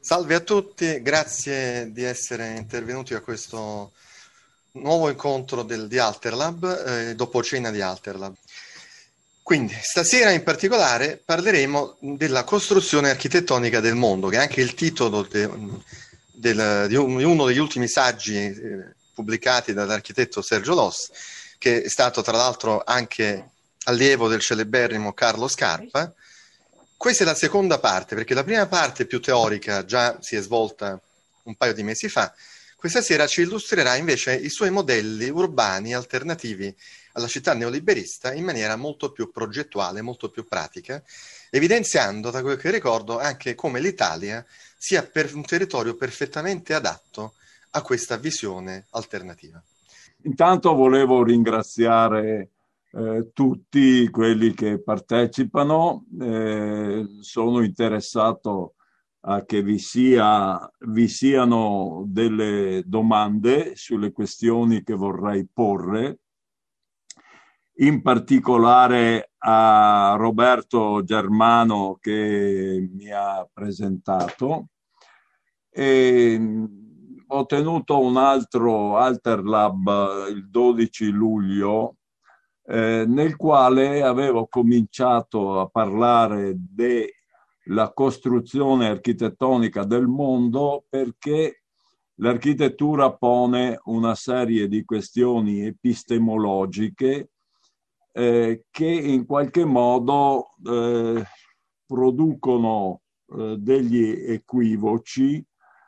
Salve a tutti, grazie di essere intervenuti a questo nuovo incontro di Alterlab, dopo cena di Alterlab. Quindi, stasera in particolare parleremo della costruzione architettonica del mondo, che è anche il titolo di uno degli ultimi saggi pubblicati dall'architetto Sergio Loss, che è stato tra l'altro anche allievo del celeberrimo Carlo Scarpa. Questa è la seconda parte, perché la prima parte più teorica già si è svolta un paio di mesi fa. Questa sera ci illustrerà invece i suoi modelli urbani alternativi alla città neoliberista in maniera molto più progettuale, molto più pratica, evidenziando, da quel che ricordo, anche come l'Italia sia un territorio perfettamente adatto a questa visione alternativa. Intanto volevo ringraziare tutti quelli che partecipano. Sono interessato a che vi siano delle domande sulle questioni che vorrei porre, in particolare a Roberto Germano che mi ha presentato. Ho tenuto un altro Alterlab il 12 luglio nel quale avevo cominciato a parlare della costruzione architettonica del mondo, perché l'architettura pone una serie di questioni epistemologiche che in qualche modo producono degli equivoci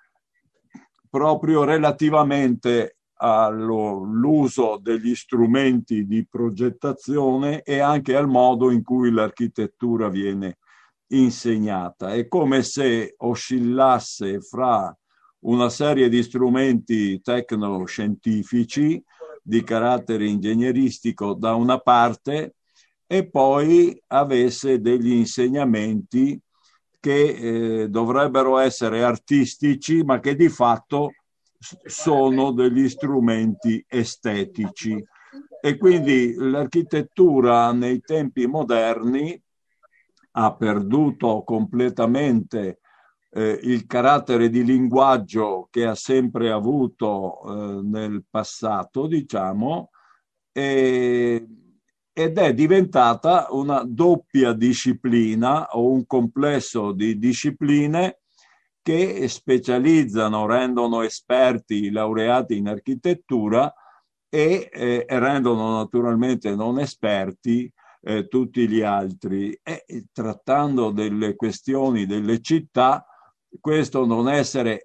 proprio relativamente all'uso degli strumenti di progettazione e anche al modo in cui l'architettura viene insegnata. È come se oscillasse fra una serie di strumenti tecnoscientifici di carattere ingegneristico da una parte e poi avesse degli insegnamenti che dovrebbero essere artistici, ma che di fatto sono degli strumenti estetici. E quindi l'architettura nei tempi moderni ha perduto completamente il carattere di linguaggio che ha sempre avuto nel passato, diciamo, ed è diventata una doppia disciplina o un complesso di discipline che specializzano, rendono esperti i laureati in architettura e rendono naturalmente non esperti tutti gli altri. E trattando delle questioni delle città, questo non essere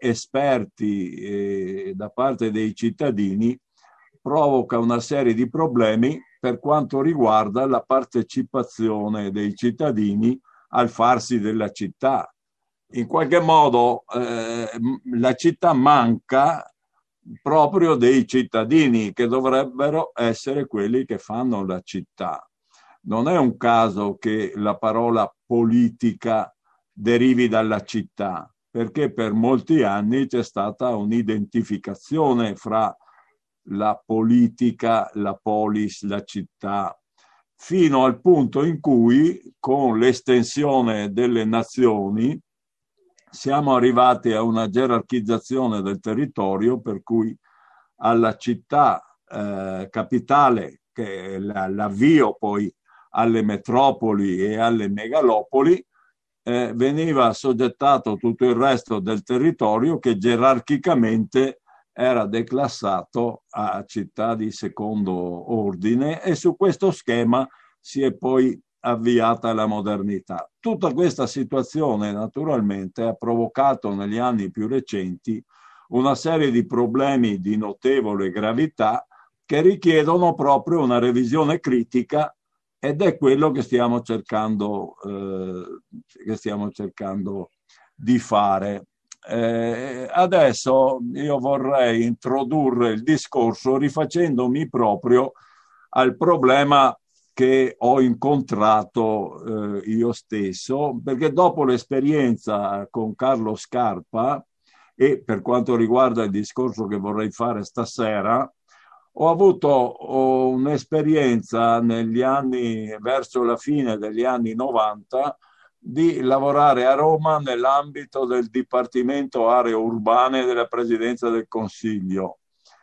esperti da parte dei cittadini provoca una serie di problemi per quanto riguarda la partecipazione dei cittadini al farsi della città. In qualche modo la città manca proprio dei cittadini, che dovrebbero essere quelli che fanno la città. Non è un caso che la parola politica derivi dalla città, perché per molti anni c'è stata un'identificazione fra la politica, la polis, la città, fino al punto in cui con l'estensione delle nazioni siamo arrivati a una gerarchizzazione del territorio, per cui alla città capitale, che è l'avvio poi alle metropoli e alle megalopoli, veniva assoggettato tutto il resto del territorio, che gerarchicamente era declassato a città di secondo ordine, e su questo schema si è poi avviata la modernità. Tutta questa situazione naturalmente ha provocato negli anni più recenti una serie di problemi di notevole gravità che richiedono proprio una revisione critica, ed è quello che stiamo cercando di fare. Adesso io vorrei introdurre il discorso rifacendomi proprio al problema che ho incontrato io stesso, perché dopo l'esperienza con Carlo Scarpa e per quanto riguarda il discorso che vorrei fare stasera, ho avuto un'esperienza negli anni, verso la fine degli anni 90, di lavorare a Roma nell'ambito del Dipartimento Aree Urbane della Presidenza del Consiglio.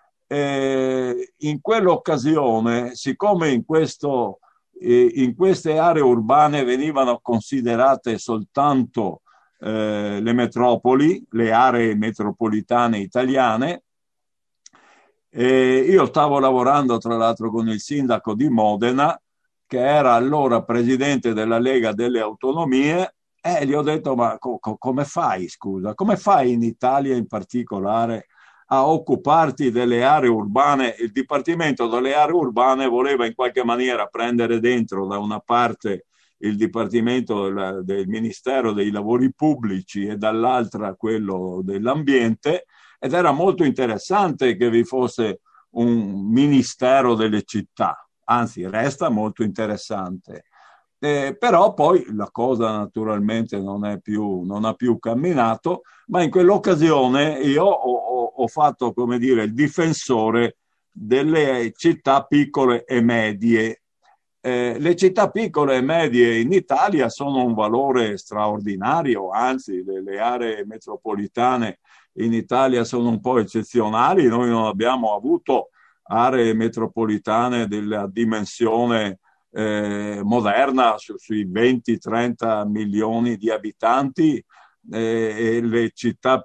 In quell'occasione, siccome in queste aree urbane venivano considerate soltanto le metropoli, le aree metropolitane italiane, io stavo lavorando tra l'altro con il sindaco di Modena, che era allora presidente della Lega delle Autonomie, e gli ho detto: ma come fai, scusa, come fai in Italia in particolare a occuparti delle aree urbane? Il Dipartimento delle Aree Urbane voleva in qualche maniera prendere dentro da una parte il Dipartimento del Ministero dei Lavori Pubblici e dall'altra quello dell'Ambiente, ed era molto interessante che vi fosse un Ministero delle Città, anzi resta molto interessante. Però poi la cosa naturalmente non ha più camminato, ma in quell'occasione io ho fatto, come dire, il difensore delle città piccole e medie. Le città piccole e medie in Italia sono un valore straordinario, anzi le aree metropolitane in Italia sono un po' eccezionali. Noi non abbiamo avuto aree metropolitane della dimensione moderna sui 20-30 milioni di abitanti, e le città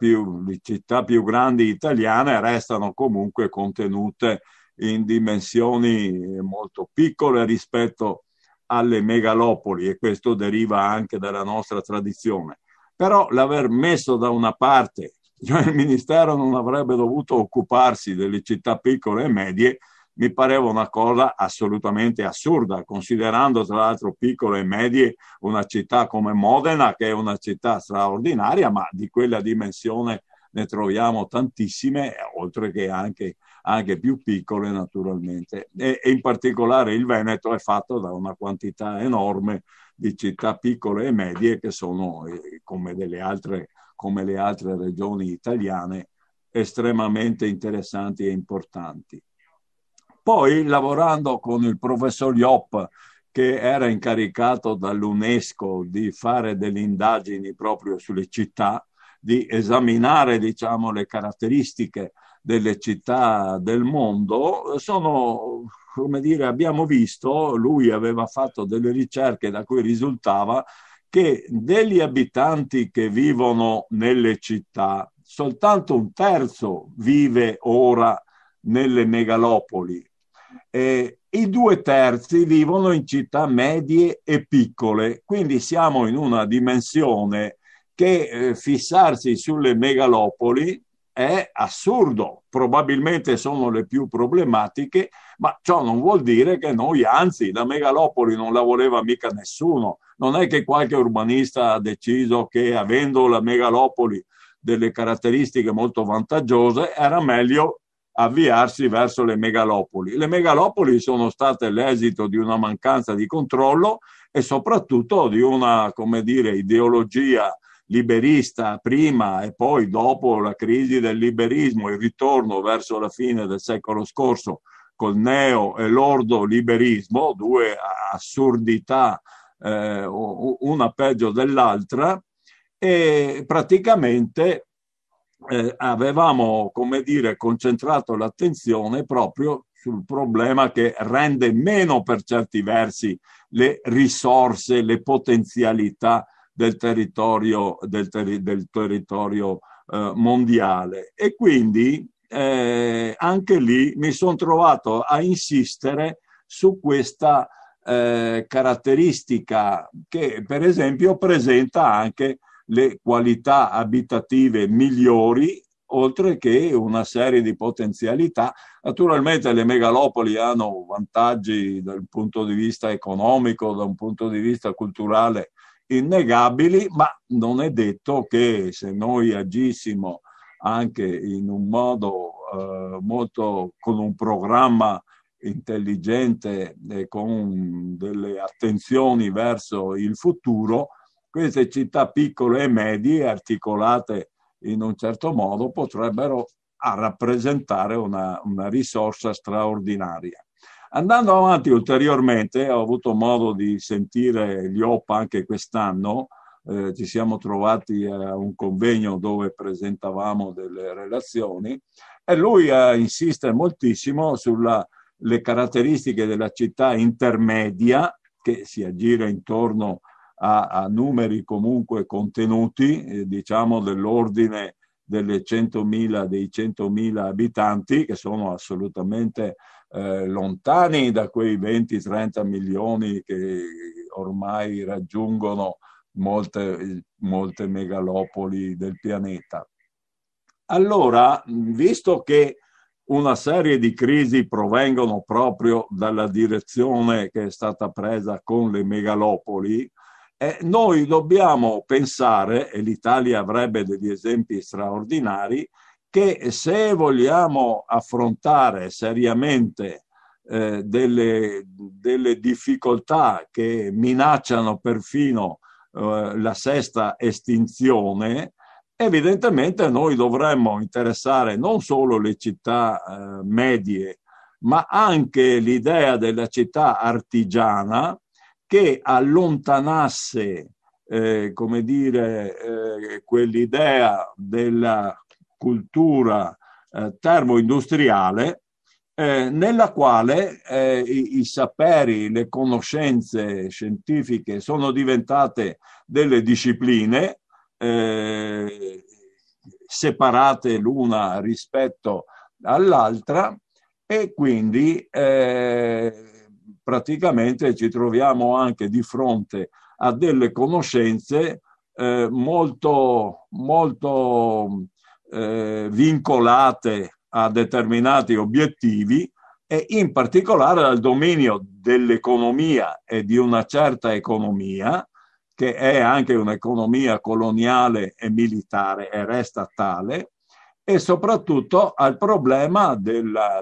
più grandi italiane restano comunque contenute in dimensioni molto piccole rispetto alle megalopoli, e questo deriva anche dalla nostra tradizione. Però l'aver messo da una parte, cioè il Ministero non avrebbe dovuto occuparsi delle città piccole e medie, mi pareva una cosa assolutamente assurda, considerando tra l'altro piccole e medie una città come Modena, che è una città straordinaria, ma di quella dimensione ne troviamo tantissime, oltre che anche più piccole naturalmente. E in particolare il Veneto è fatto da una quantità enorme di città piccole e medie che sono, come le altre regioni italiane, estremamente interessanti e importanti. Poi, lavorando con il professor Iop, che era incaricato dall'UNESCO di fare delle indagini proprio sulle città, di esaminare, diciamo, le caratteristiche delle città del mondo, abbiamo visto, lui aveva fatto delle ricerche da cui risultava che degli abitanti che vivono nelle città, soltanto un terzo vive ora nelle megalopoli. I 2/3 vivono in città medie e piccole, quindi siamo in una dimensione che fissarsi sulle megalopoli è assurdo. Probabilmente sono le più problematiche, ma ciò non vuol dire che noi, anzi, la megalopoli non la voleva mica nessuno. Non è che qualche urbanista ha deciso che, avendo la megalopoli delle caratteristiche molto vantaggiose, era meglio avviarsi verso le megalopoli. Le megalopoli sono state l'esito di una mancanza di controllo e soprattutto di una, ideologia liberista prima e poi dopo la crisi del liberismo, il ritorno verso la fine del secolo scorso col neo e l'ordo liberismo, due assurdità, una peggio dell'altra, e praticamente avevamo, concentrato l'attenzione proprio sul problema che rende meno, per certi versi, le risorse, le potenzialità del territorio mondiale. E quindi anche lì mi sono trovato a insistere su questa caratteristica che, per esempio, presenta anche le qualità abitative migliori, oltre che una serie di potenzialità. Naturalmente le megalopoli hanno vantaggi dal punto di vista economico, da un punto di vista culturale innegabili, ma non è detto che, se noi agissimo anche in un modo con un programma intelligente e con delle attenzioni verso il futuro, queste città piccole e medie, articolate in un certo modo, potrebbero rappresentare una risorsa straordinaria. Andando avanti ulteriormente, ho avuto modo di sentire gli OP anche quest'anno, ci siamo trovati a un convegno dove presentavamo delle relazioni e lui insiste moltissimo sulle caratteristiche della città intermedia che si aggira intorno a numeri comunque contenuti, diciamo dell'ordine dei 100.000 abitanti, che sono assolutamente lontani da quei 20-30 milioni che ormai raggiungono molte megalopoli del pianeta. Allora, visto che una serie di crisi provengono proprio dalla direzione che è stata presa con le megalopoli, noi dobbiamo pensare, e l'Italia avrebbe degli esempi straordinari, che se vogliamo affrontare seriamente delle difficoltà che minacciano perfino la sesta estinzione, evidentemente noi dovremmo interessare non solo le città medie, ma anche l'idea della città artigiana che allontanasse, come dire, quell'idea della cultura termoindustriale nella quale i saperi, le conoscenze scientifiche sono diventate delle discipline separate l'una rispetto all'altra e quindi praticamente ci troviamo anche di fronte a delle conoscenze molto vincolate a determinati obiettivi e in particolare al dominio dell'economia e di una certa economia che è anche un'economia coloniale e militare e resta tale, e soprattutto al problema della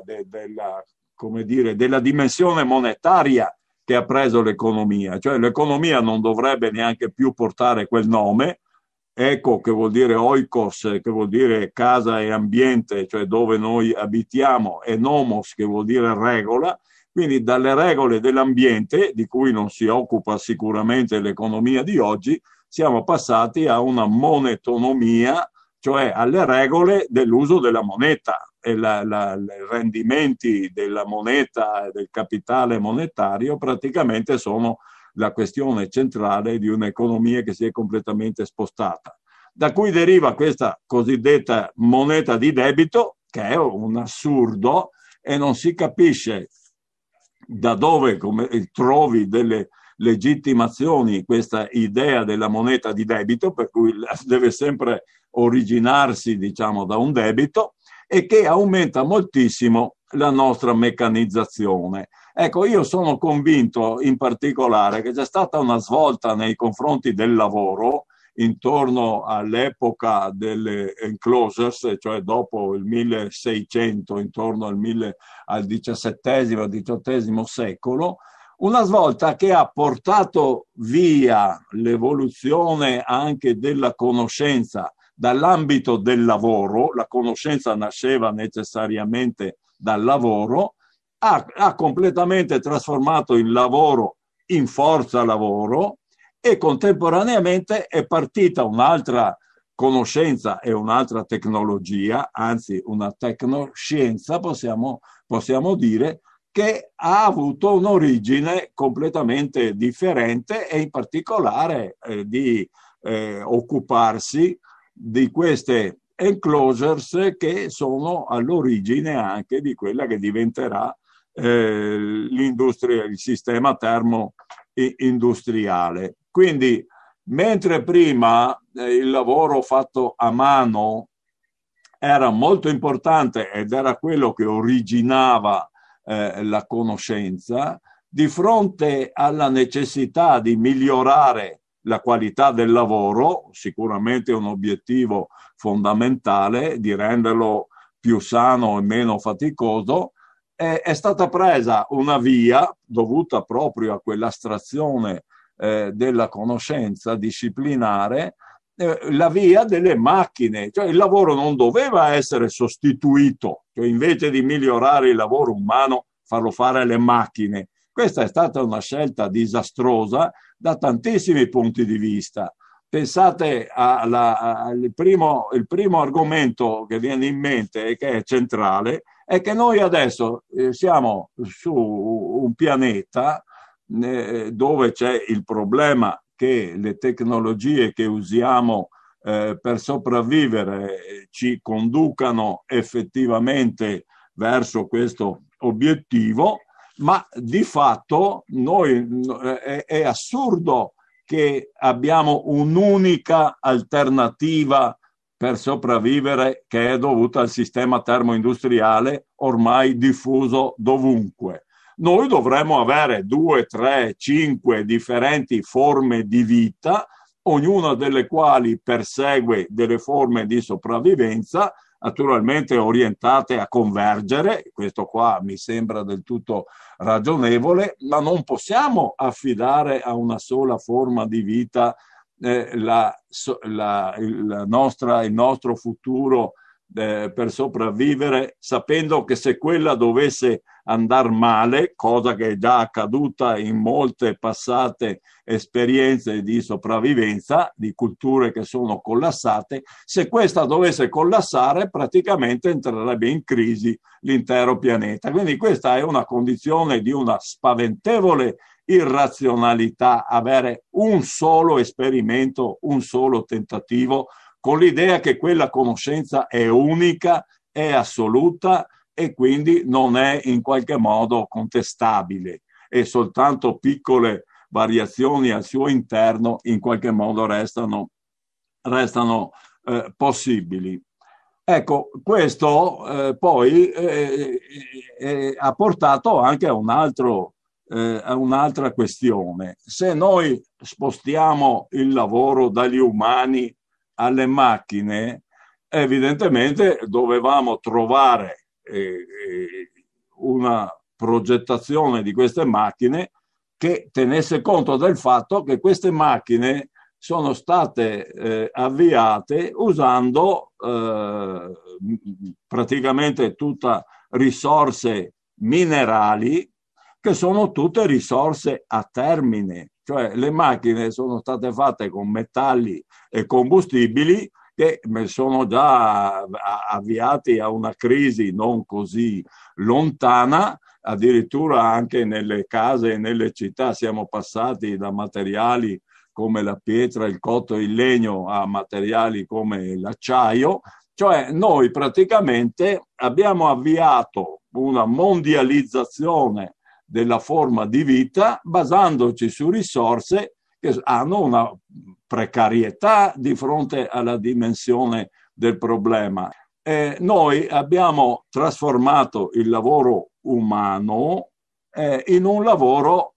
dimensione monetaria che ha preso l'economia. Cioè l'economia non dovrebbe neanche più portare quel nome, eco che vuol dire oikos, che vuol dire casa e ambiente, cioè dove noi abitiamo, e nomos che vuol dire regola. Quindi dalle regole dell'ambiente, di cui non si occupa sicuramente l'economia di oggi, siamo passati a una monetonomia, cioè alle regole dell'uso della moneta. E i rendimenti della moneta e del capitale monetario praticamente sono la questione centrale di un'economia che si è completamente spostata. Da cui deriva questa cosiddetta moneta di debito, che è un assurdo e non si capisce da dove trovi delle legittimazioni questa idea della moneta di debito, per cui deve sempre originarsi, diciamo, da un debito, e che aumenta moltissimo la nostra meccanizzazione. Ecco, io sono convinto in particolare che c'è stata una svolta nei confronti del lavoro intorno all'epoca delle enclosures, cioè dopo il 1600, intorno al XVII-XVIII secolo, una svolta che ha portato via l'evoluzione anche della conoscenza dall'ambito del lavoro. La conoscenza nasceva necessariamente dal lavoro, ha completamente trasformato il lavoro in forza lavoro e contemporaneamente è partita un'altra conoscenza e un'altra tecnologia, anzi una tecnoscienza, possiamo dire, che ha avuto un'origine completamente differente e in particolare di occuparsi di queste enclosures che sono all'origine anche di quella che diventerà l'industria, il sistema termo-industriale. Quindi, mentre prima il lavoro fatto a mano era molto importante ed era quello che originava la conoscenza, di fronte alla necessità di migliorare la qualità del lavoro, sicuramente un obiettivo fondamentale, di renderlo più sano e meno faticoso, è stata presa una via dovuta proprio a quell'astrazione della conoscenza disciplinare, la via delle macchine. Cioè il lavoro non doveva essere sostituito, cioè invece di migliorare il lavoro umano farlo fare alle macchine. Questa è stata una scelta disastrosa da tantissimi punti di vista. Pensate al il primo argomento che viene in mente e che è centrale, è che noi adesso siamo su un pianeta dove c'è il problema che le tecnologie che usiamo per sopravvivere ci conducano effettivamente verso questo obiettivo, ma di fatto è assurdo che abbiamo un'unica alternativa per sopravvivere, che è dovuta al sistema termoindustriale ormai diffuso dovunque. Noi dovremmo avere 2, 3, 5 differenti forme di vita, ognuna delle quali persegue delle forme di sopravvivenza, naturalmente orientate a convergere. Questo qua mi sembra del tutto ragionevole, ma non possiamo affidare a una sola forma di vita il nostro futuro per sopravvivere, sapendo che se quella dovesse andare male, cosa che è già accaduta in molte passate esperienze di sopravvivenza, di culture che sono collassate, se questa dovesse collassare praticamente entrerebbe in crisi l'intero pianeta. Quindi questa è una condizione di una spaventevole irrazionalità, avere un solo esperimento, un solo tentativo, con l'idea che quella conoscenza è unica, è assoluta e quindi non è in qualche modo contestabile, e soltanto piccole variazioni al suo interno in qualche modo restano possibili. Ecco, questo poi ha portato anche a un'altra questione. Se noi spostiamo il lavoro dagli umani alle macchine, evidentemente dovevamo trovare una progettazione di queste macchine che tenesse conto del fatto che queste macchine sono state avviate usando praticamente tutte risorse minerali che sono tutte risorse a termine, cioè le macchine sono state fatte con metalli e combustibili che sono già avviati a una crisi non così lontana. Addirittura anche nelle case e nelle città siamo passati da materiali come la pietra, il cotto e il legno a materiali come l'acciaio. Cioè noi praticamente abbiamo avviato una mondializzazione della forma di vita basandoci su risorse che hanno una precarietà di fronte alla dimensione del problema. Noi abbiamo trasformato il lavoro umano in un lavoro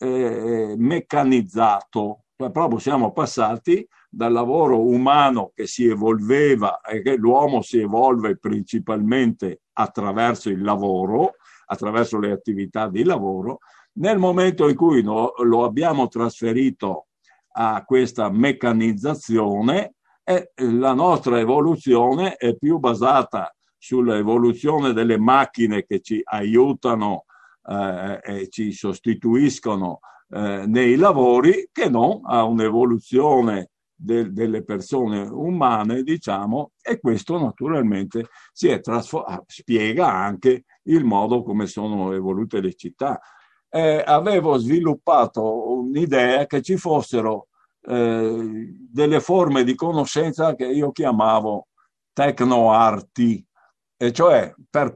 meccanizzato, cioè proprio siamo passati dal lavoro umano che si evolveva e che l'uomo si evolve principalmente attraverso il lavoro, attraverso le attività di lavoro. Nel momento in cui lo abbiamo trasferito a questa meccanizzazione, la nostra evoluzione è più basata sull'evoluzione delle macchine che ci aiutano e ci sostituiscono nei lavori, che non a un'evoluzione delle persone umane, diciamo, e questo naturalmente spiega anche il modo come sono evolute le città. Avevo sviluppato un'idea che ci fossero delle forme di conoscenza che io chiamavo tecnoarti, e cioè per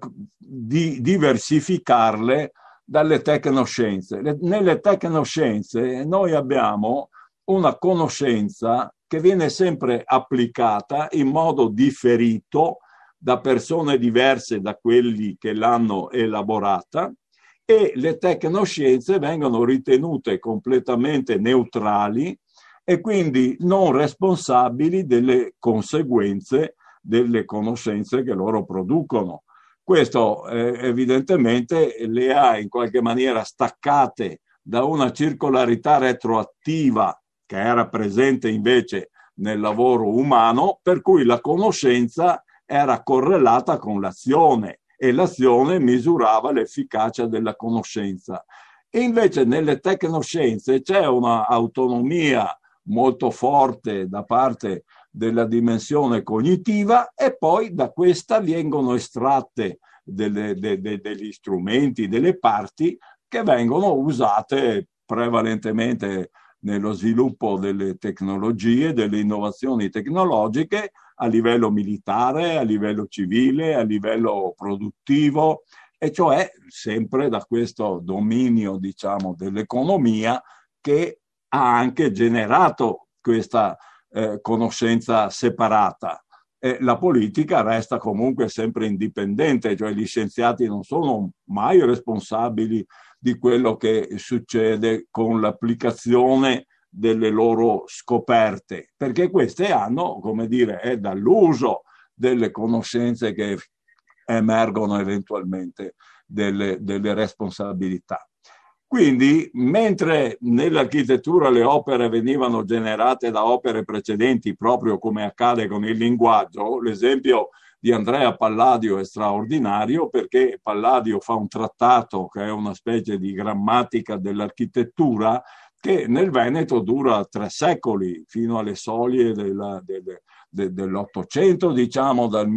diversificarle dalle tecnoscienze. Nelle tecnoscienze noi abbiamo una conoscenza che viene sempre applicata in modo differito da persone diverse da quelli che l'hanno elaborata, e le tecnoscienze vengono ritenute completamente neutrali e quindi non responsabili delle conseguenze delle conoscenze che loro producono. Questo evidentemente le ha in qualche maniera staccate da una circolarità retroattiva che era presente invece nel lavoro umano, per cui la conoscenza era correlata con l'azione e l'azione misurava l'efficacia della conoscenza. E invece nelle tecnoscienze c'è una autonomia molto forte da parte della dimensione cognitiva, e poi da questa vengono estratte degli strumenti, delle parti che vengono usate prevalentemente nello sviluppo delle tecnologie, delle innovazioni tecnologiche a livello militare, a livello civile, a livello produttivo, e cioè sempre da questo dominio, diciamo, dell'economia, che ha anche generato questa conoscenza separata. La politica resta comunque sempre indipendente, cioè gli scienziati non sono mai responsabili di quello che succede con l'applicazione delle loro scoperte, perché queste hanno, come dire, è dall'uso delle conoscenze che emergono eventualmente delle responsabilità. Quindi, mentre nell'architettura le opere venivano generate da opere precedenti, proprio come accade con il linguaggio, l'esempio di Andrea Palladio è straordinario, perché Palladio fa un trattato che è una specie di grammatica dell'architettura che nel Veneto dura 3 secoli, fino alle soglie dell'Ottocento, diciamo dal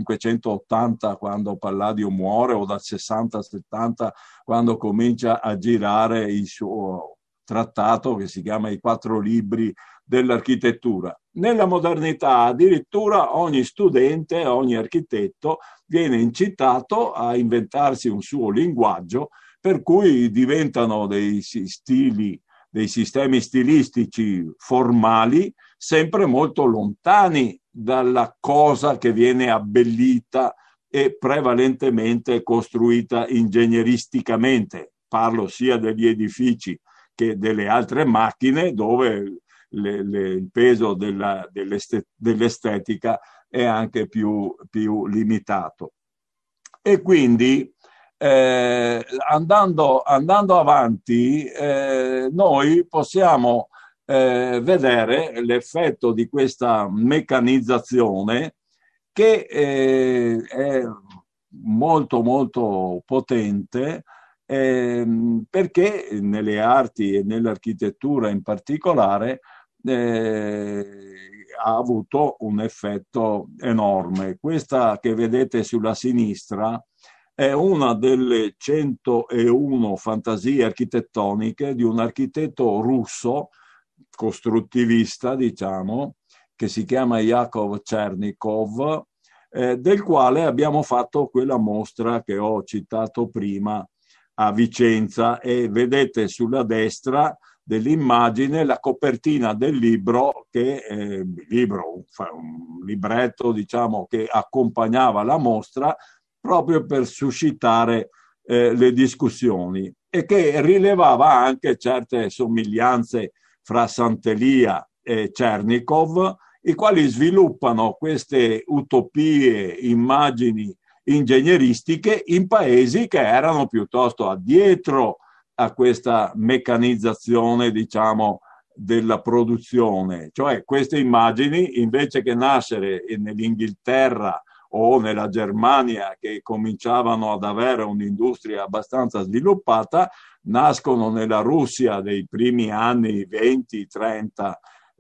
1580 quando Palladio muore, o dal 60-70 quando comincia a girare il suo trattato che si chiama I 4 libri dell'architettura. Nella modernità addirittura ogni studente, ogni architetto viene incitato a inventarsi un suo linguaggio, per cui diventano dei stili, dei sistemi stilistici formali sempre molto lontani dalla cosa che viene abbellita e prevalentemente costruita ingegneristicamente. Parlo sia degli edifici che delle altre macchine, dove il peso dell'estetica è anche più limitato. E quindi andando avanti, noi possiamo vedere l'effetto di questa meccanizzazione, che è molto molto potente, perché nelle arti e nell'architettura in particolare ha avuto un effetto enorme. Questa che vedete sulla sinistra è una delle 101 fantasie architettoniche di un architetto russo, costruttivista, diciamo, che si chiama Yakov Chernikov, del quale abbiamo fatto quella mostra che ho citato prima a Vicenza, e vedete sulla destra dell'immagine la copertina del libro, che un libretto, diciamo, che accompagnava la mostra proprio per suscitare le discussioni, e che rilevava anche certe somiglianze fra Sant'Elia e Chernikov, i quali sviluppano queste utopie, immagini ingegneristiche in paesi che erano piuttosto addietro a questa meccanizzazione, diciamo, della produzione. Cioè queste immagini, invece che nascere nell'Inghilterra o nella Germania, che cominciavano ad avere un'industria abbastanza sviluppata, nascono nella Russia dei primi anni 20-30,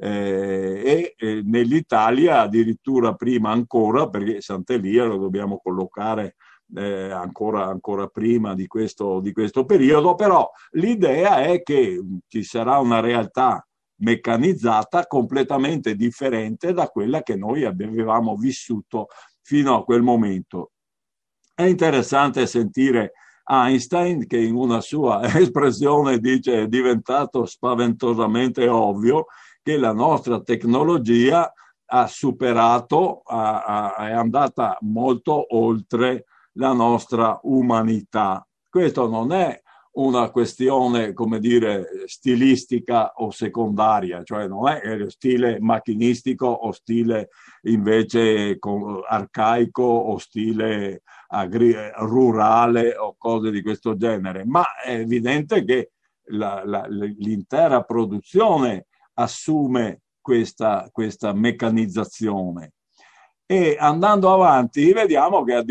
e nell'Italia addirittura prima ancora, perché Sant'Elia lo dobbiamo collocare ancora prima di questo periodo. Però l'idea è che ci sarà una realtà meccanizzata completamente differente da quella che noi avevamo vissuto fino a quel momento. È interessante sentire Einstein, che in una sua espressione dice: è diventato spaventosamente ovvio che la nostra tecnologia ha superato, è andata molto oltre la nostra umanità. Questo non è una questione, come dire, stilistica o secondaria, cioè non è stile macchinistico o stile invece arcaico o stile rurale o cose di questo genere, ma è evidente che l'intera produzione assume questa meccanizzazione. E andando avanti vediamo che addirittura l'intera città doveva assomigliare a una specie di zona industriale.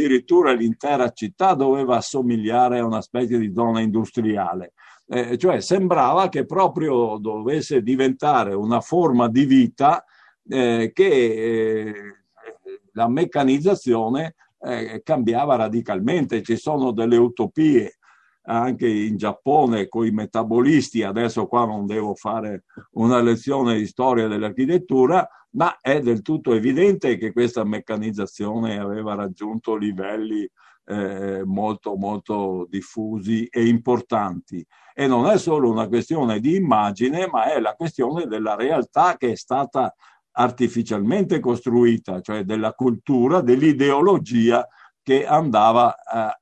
Cioè sembrava che proprio dovesse diventare una forma di vita che la meccanizzazione cambiava radicalmente. Ci sono delle utopie anche in Giappone con i metabolisti. Adesso qua non devo fare una lezione di storia dell'architettura, ma è del tutto evidente che questa meccanizzazione aveva raggiunto livelli molto molto diffusi e importanti. E non è solo una questione di immagine, ma è la questione della realtà che è stata artificialmente costruita, cioè della cultura, dell'ideologia che andava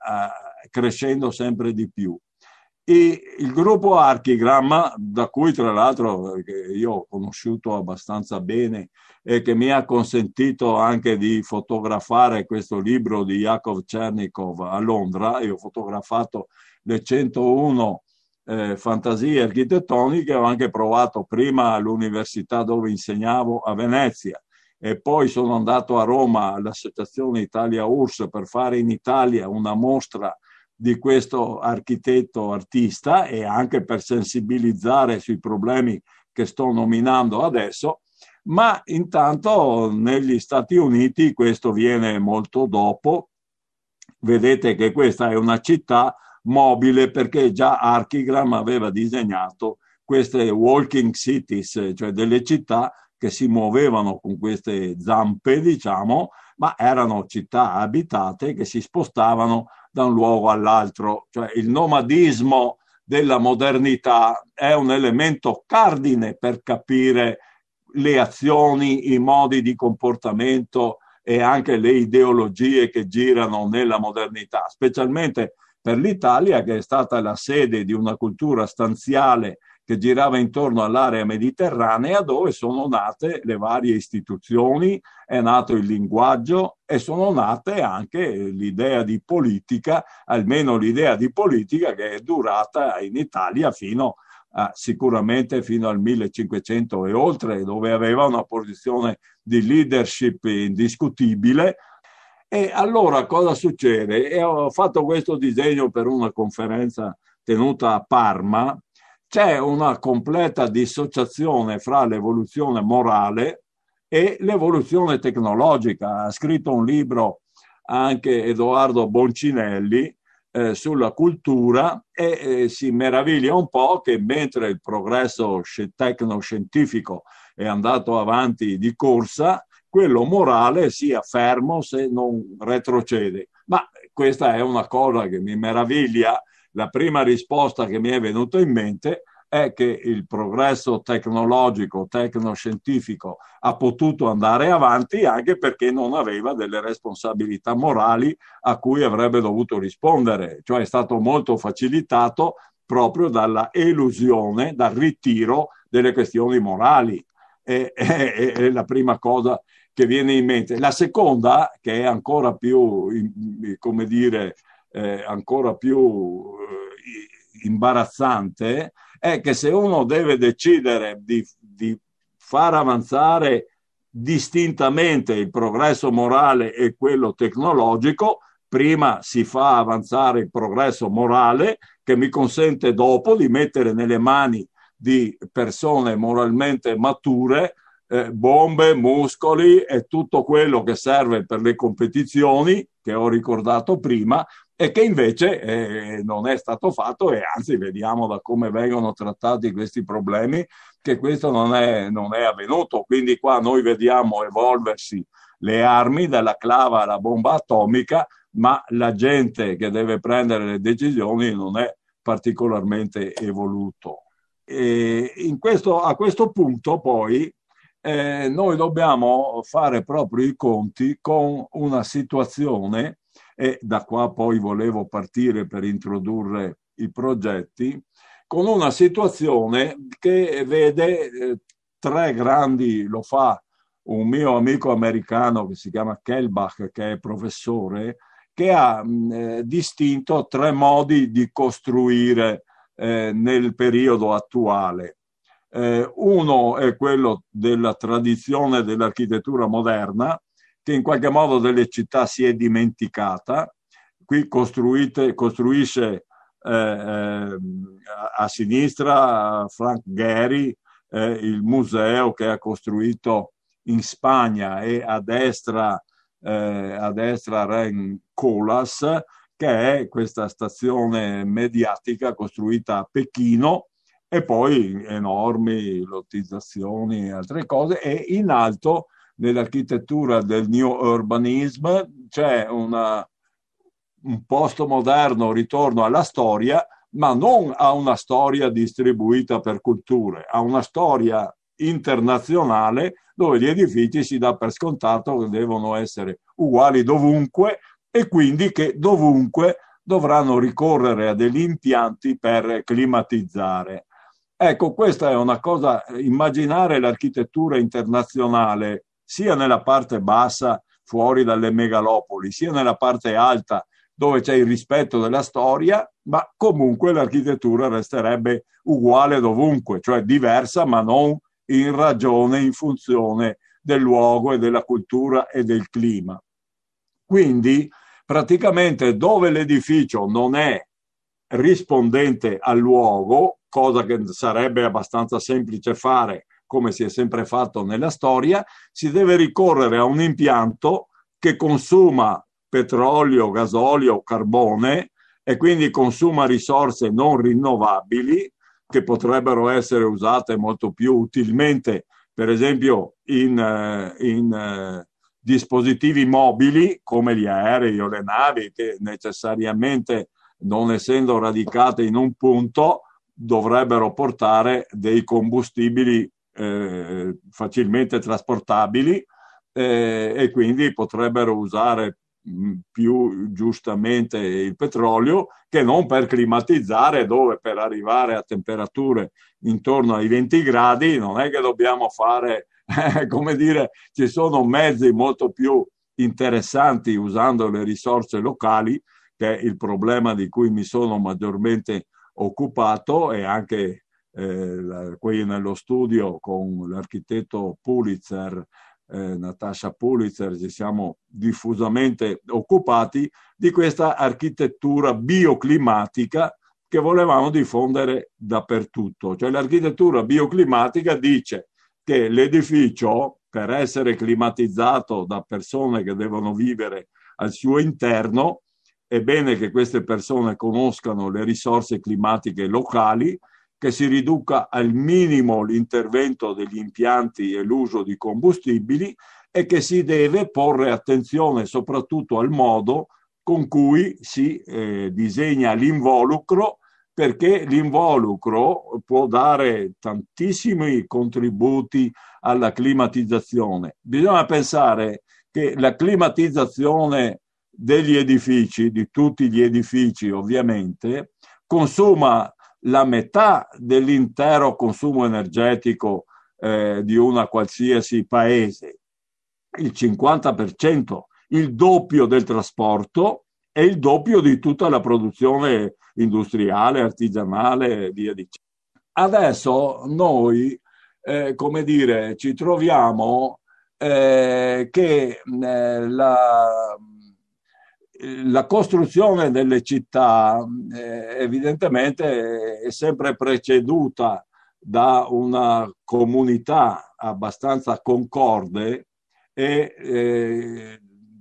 crescendo sempre di più. E il gruppo Archigram, da cui tra l'altro io ho conosciuto abbastanza bene e che mi ha consentito anche di fotografare questo libro di Yakov Chernikov a Londra. Io ho fotografato le 101 fantasie architettoniche, ho anche provato prima all'università dove insegnavo a Venezia e poi sono andato a Roma all'Associazione Italia URSS per fare in Italia una mostra di questo architetto artista e anche per sensibilizzare sui problemi che sto nominando adesso, ma intanto negli Stati Uniti questo viene molto dopo. Vedete che questa è una città mobile perché già Archigram aveva disegnato queste walking cities, cioè delle città che si muovevano con queste zampe, diciamo, ma erano città abitate che si spostavano da un luogo all'altro. Cioè il nomadismo della modernità è un elemento cardine per capire le azioni, i modi di comportamento e anche le ideologie che girano nella modernità, specialmente per l'Italia, che è stata la sede di una cultura stanziale che girava intorno all'area mediterranea, dove sono nate le varie istituzioni, è nato il linguaggio e sono nate anche l'idea di politica, almeno l'idea di politica che è durata in Italia sicuramente fino al 1500 e oltre, dove aveva una posizione di leadership indiscutibile. E allora cosa succede? E ho fatto questo disegno per una conferenza tenuta a Parma. C'è una completa dissociazione fra l'evoluzione morale e l'evoluzione tecnologica. Ha scritto un libro anche Edoardo Boncinelli sulla cultura e si meraviglia un po' che mentre il progresso tecnoscientifico è andato avanti di corsa, quello morale sia fermo se non retrocede. Ma questa è una cosa che mi meraviglia. La prima risposta che mi è venuta in mente è che il progresso tecnologico, tecnoscientifico ha potuto andare avanti anche perché non aveva delle responsabilità morali a cui avrebbe dovuto rispondere, cioè è stato molto facilitato proprio dalla elusione, dal ritiro delle questioni morali. È la prima cosa che viene in mente. La seconda, che è ancora più, come dire, ancora più imbarazzante, è che se uno deve decidere di far avanzare distintamente il progresso morale e quello tecnologico, prima si fa avanzare il progresso morale che mi consente dopo di mettere nelle mani di persone moralmente mature bombe, muscoli e tutto quello che serve per le competizioni che ho ricordato prima e che invece non è stato fatto e anzi vediamo da come vengono trattati questi problemi che questo non è avvenuto. Quindi qua noi vediamo evolversi le armi dalla clava alla bomba atomica, ma la gente che deve prendere le decisioni non è particolarmente evoluto. E a questo punto poi noi dobbiamo fare proprio i conti con una situazione, e da qua poi volevo partire per introdurre i progetti, con una situazione che vede tre grandi, lo fa un mio amico americano che si chiama Kelbach, che è professore, che ha distinto tre modi di costruire nel periodo attuale. Uno è quello della tradizione dell'architettura moderna, che in qualche modo delle città si è dimenticata. Qui costruisce a sinistra Frank Gehry, il museo che ha costruito in Spagna, e a destra Ren Koolhaas, che è questa stazione mediatica costruita a Pechino, e poi enormi lottizzazioni e altre cose. E in alto, nell'architettura del New Urbanism, c'è un postmoderno ritorno alla storia, ma non a una storia distribuita per culture, a una storia internazionale dove gli edifici si dà per scontato che devono essere uguali dovunque, e quindi che dovunque dovranno ricorrere a degli impianti per climatizzare. Ecco, questa è una cosa, immaginare l'architettura internazionale sia nella parte bassa, fuori dalle megalopoli, sia nella parte alta, dove c'è il rispetto della storia, ma comunque l'architettura resterebbe uguale dovunque, cioè diversa, ma non in ragione, in funzione del luogo e della cultura e del clima. Quindi, praticamente, dove l'edificio non è rispondente al luogo, cosa che sarebbe abbastanza semplice fare, come si è sempre fatto nella storia, si deve ricorrere a un impianto che consuma petrolio, gasolio, carbone, e quindi consuma risorse non rinnovabili che potrebbero essere usate molto più utilmente, per esempio in dispositivi mobili come gli aerei o le navi, che necessariamente, non essendo radicate in un punto, dovrebbero portare dei combustibili facilmente trasportabili, e quindi potrebbero usare più giustamente il petrolio, che non per climatizzare, dove per arrivare a temperature intorno ai 20 gradi non è che dobbiamo fare, come dire, ci sono mezzi molto più interessanti usando le risorse locali, che è il problema di cui mi sono maggiormente occupato, e anche qui nello studio con l'architetto Pulitzer, Natasha Pulitzer, ci siamo diffusamente occupati di questa architettura bioclimatica che volevamo diffondere dappertutto. Cioè, l'architettura bioclimatica dice che l'edificio, per essere climatizzato da persone che devono vivere al suo interno, è bene che queste persone conoscano le risorse climatiche locali, che si riduca al minimo l'intervento degli impianti e l'uso di combustibili, e che si deve porre attenzione soprattutto al modo con cui si disegna l'involucro, perché l'involucro può dare tantissimi contributi alla climatizzazione. Bisogna pensare che la climatizzazione degli edifici, di tutti gli edifici ovviamente, consuma la metà dell'intero consumo energetico di una qualsiasi paese, il 50%, il doppio del trasporto e il doppio di tutta la produzione industriale, artigianale e via dicendo. Adesso noi, come dire, ci troviamo che la costruzione delle città evidentemente è sempre preceduta da una comunità abbastanza concorde, e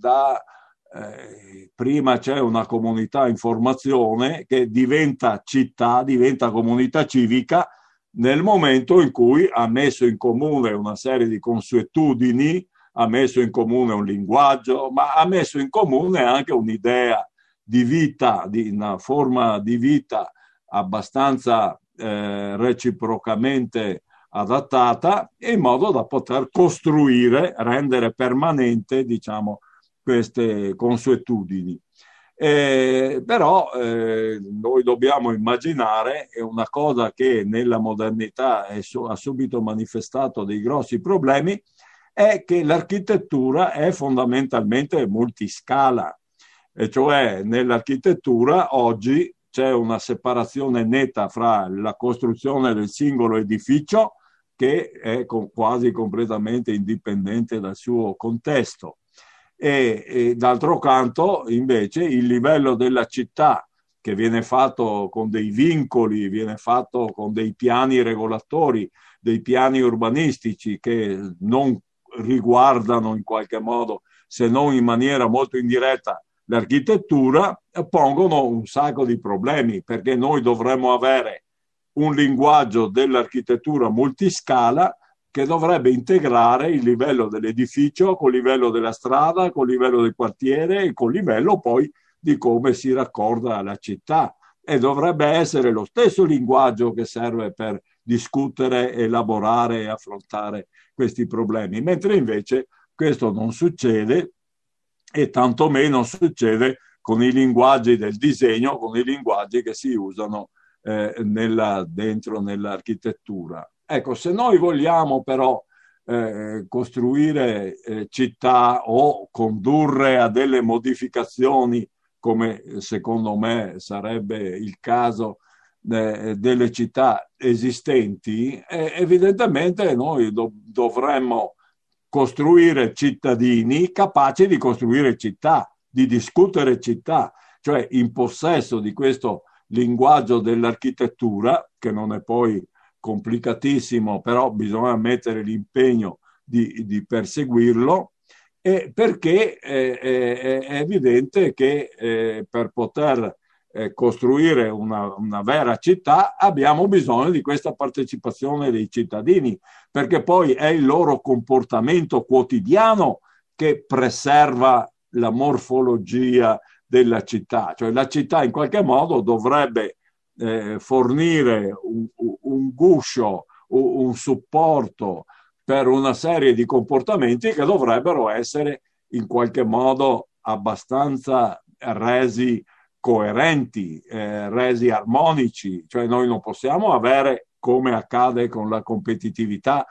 prima c'è una comunità in formazione che diventa città, diventa comunità civica nel momento in cui ha messo in comune una serie di consuetudini, ha messo in comune un linguaggio, ma ha messo in comune anche un'idea di vita, di una forma di vita abbastanza reciprocamente adattata, in modo da poter costruire, rendere permanente, diciamo, queste consuetudini. Però noi dobbiamo immaginare, è una cosa che nella modernità ha subito manifestato dei grossi problemi, è che l'architettura è fondamentalmente multiscala, e cioè nell'architettura oggi c'è una separazione netta fra la costruzione del singolo edificio, che è quasi completamente indipendente dal suo contesto, e d'altro canto invece il livello della città, che viene fatto con dei vincoli, viene fatto con dei piani regolatori, dei piani urbanistici che non riguardano in qualche modo, se non in maniera molto indiretta, l'architettura, pongono un sacco di problemi, perché noi dovremmo avere un linguaggio dell'architettura multiscala che dovrebbe integrare il livello dell'edificio con il livello della strada, con il livello del quartiere e con il livello poi di come si raccorda la città. E dovrebbe essere lo stesso linguaggio che serve per discutere, elaborare e affrontare questi problemi, mentre invece questo non succede, e tantomeno succede con i linguaggi del disegno, con i linguaggi che si usano dentro nell'architettura. Ecco, se noi vogliamo però costruire città o condurre a delle modificazioni, come secondo me sarebbe il caso delle città esistenti, evidentemente noi dovremmo costruire cittadini capaci di costruire città, di discutere città, cioè in possesso di questo linguaggio dell'architettura, che non è poi complicatissimo, però bisogna mettere l'impegno di perseguirlo, perché è evidente che per poter costruire una vera città abbiamo bisogno di questa partecipazione dei cittadini, perché poi è il loro comportamento quotidiano che preserva la morfologia della città. Cioè la città in qualche modo dovrebbe fornire un guscio, un supporto per una serie di comportamenti che dovrebbero essere in qualche modo abbastanza resi coerenti, resi armonici. Cioè noi non possiamo avere, come accade con la competitività,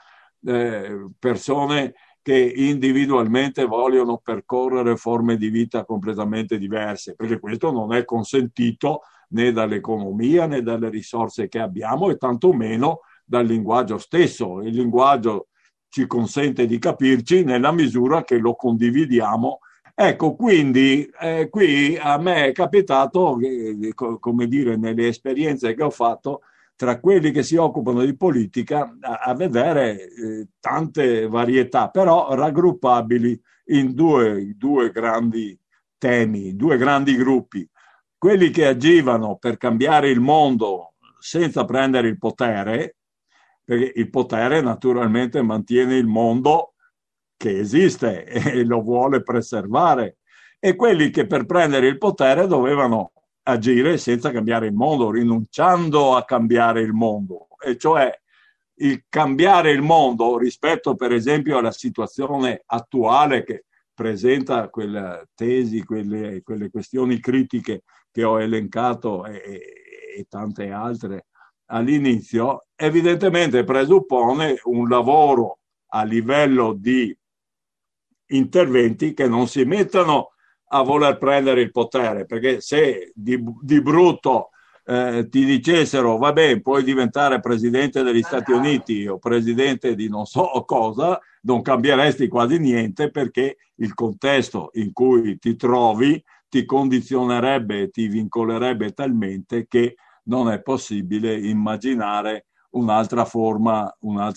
persone che individualmente vogliono percorrere forme di vita completamente diverse, perché questo non è consentito né dall'economia né dalle risorse che abbiamo e tantomeno dal linguaggio stesso. Il linguaggio ci consente di capirci nella misura che lo condividiamo. Ecco, quindi qui a me è capitato, come dire, nelle esperienze che ho fatto, tra quelli che si occupano di politica, a vedere tante varietà, però raggruppabili in due grandi temi, due grandi gruppi. Quelli che agivano per cambiare il mondo senza prendere il potere, perché il potere naturalmente mantiene il mondo che esiste e lo vuole preservare, e quelli che per prendere il potere dovevano agire senza cambiare il mondo, rinunciando a cambiare il mondo, e cioè il cambiare il mondo rispetto per esempio alla situazione attuale che presenta quelle tesi, quelle questioni critiche che ho elencato e tante altre all'inizio, evidentemente presuppone un lavoro a livello di interventi che non si mettano a voler prendere il potere, perché se di brutto ti dicessero vabbè, puoi diventare presidente degli Stati Uniti o presidente di non so cosa, non cambieresti quasi niente, perché il contesto in cui ti trovi ti condizionerebbe e ti vincolerebbe talmente che non è possibile immaginare un'altra forma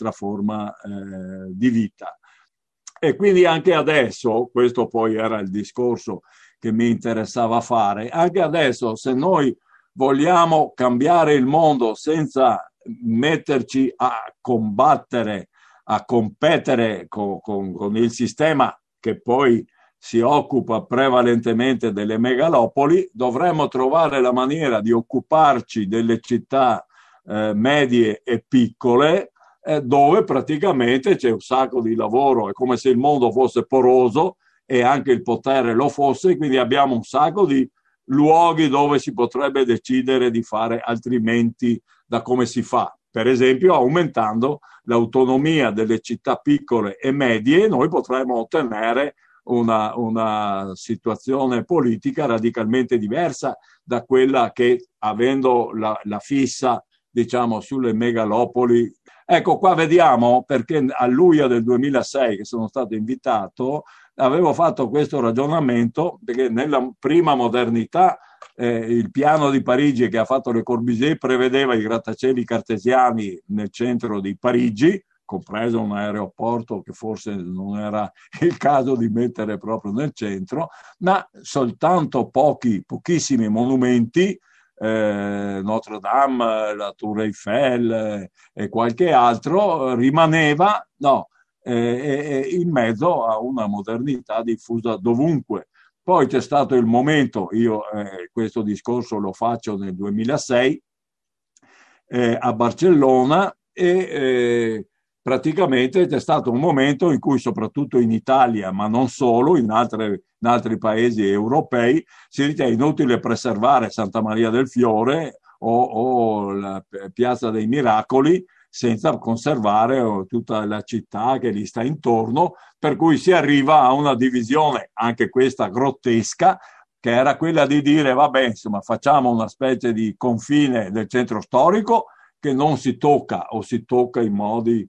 di vita. E quindi anche adesso, questo poi era il discorso che mi interessava fare, anche adesso se noi vogliamo cambiare il mondo senza metterci a combattere, a competere con il sistema che poi si occupa prevalentemente delle megalopoli, dovremmo trovare la maniera di occuparci delle città medie e piccole, dove praticamente c'è un sacco di lavoro, è come se il mondo fosse poroso e anche il potere lo fosse, quindi abbiamo un sacco di luoghi dove si potrebbe decidere di fare altrimenti da come si fa. Per esempio, aumentando l'autonomia delle città piccole e medie, noi potremmo ottenere una situazione politica radicalmente diversa da quella che, avendo la fissa, diciamo, sulle megalopoli, Ecco, qua vediamo, perché a luglio del 2006, che sono stato invitato, avevo fatto questo ragionamento, perché nella prima modernità il piano di Parigi che ha fatto Le Corbusier prevedeva i grattacieli cartesiani nel centro di Parigi, compreso un aeroporto che forse non era il caso di mettere proprio nel centro, ma soltanto pochissimi monumenti, Notre Dame, la Tour Eiffel e qualche altro, rimaneva in mezzo a una modernità diffusa dovunque. Poi c'è stato il momento, io questo discorso lo faccio nel 2006 a Barcellona e praticamente c'è stato un momento in cui soprattutto in Italia, ma non solo, in altri paesi europei, si ritiene inutile preservare Santa Maria del Fiore o la Piazza dei Miracoli senza conservare tutta la città che gli sta intorno, per cui si arriva a una divisione, anche questa grottesca, che era quella di dire, vabbè, insomma, facciamo una specie di confine del centro storico che non si tocca o si tocca in modi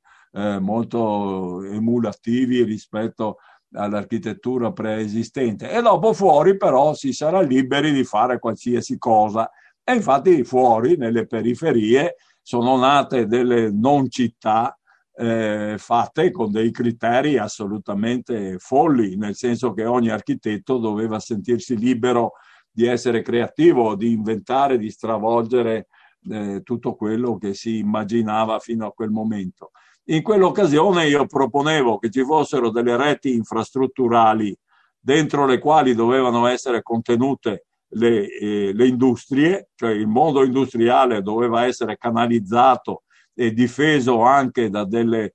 molto emulativi rispetto all'architettura preesistente, e dopo fuori però si sarà liberi di fare qualsiasi cosa. E infatti fuori, nelle periferie, sono nate delle non città fatte con dei criteri assolutamente folli, nel senso che ogni architetto doveva sentirsi libero di essere creativo, di inventare, di stravolgere tutto quello che si immaginava fino a quel momento. In quell'occasione io proponevo che ci fossero delle reti infrastrutturali dentro le quali dovevano essere contenute le industrie, cioè il mondo industriale doveva essere canalizzato e difeso anche da delle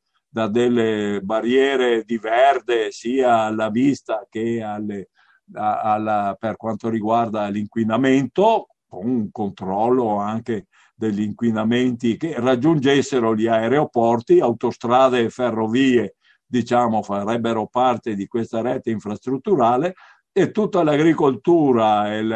barriere di verde sia alla vista che per quanto riguarda l'inquinamento, con un controllo anche degli inquinamenti che raggiungessero gli aeroporti, autostrade e ferrovie, diciamo, farebbero parte di questa rete infrastrutturale, e tutta l'agricoltura e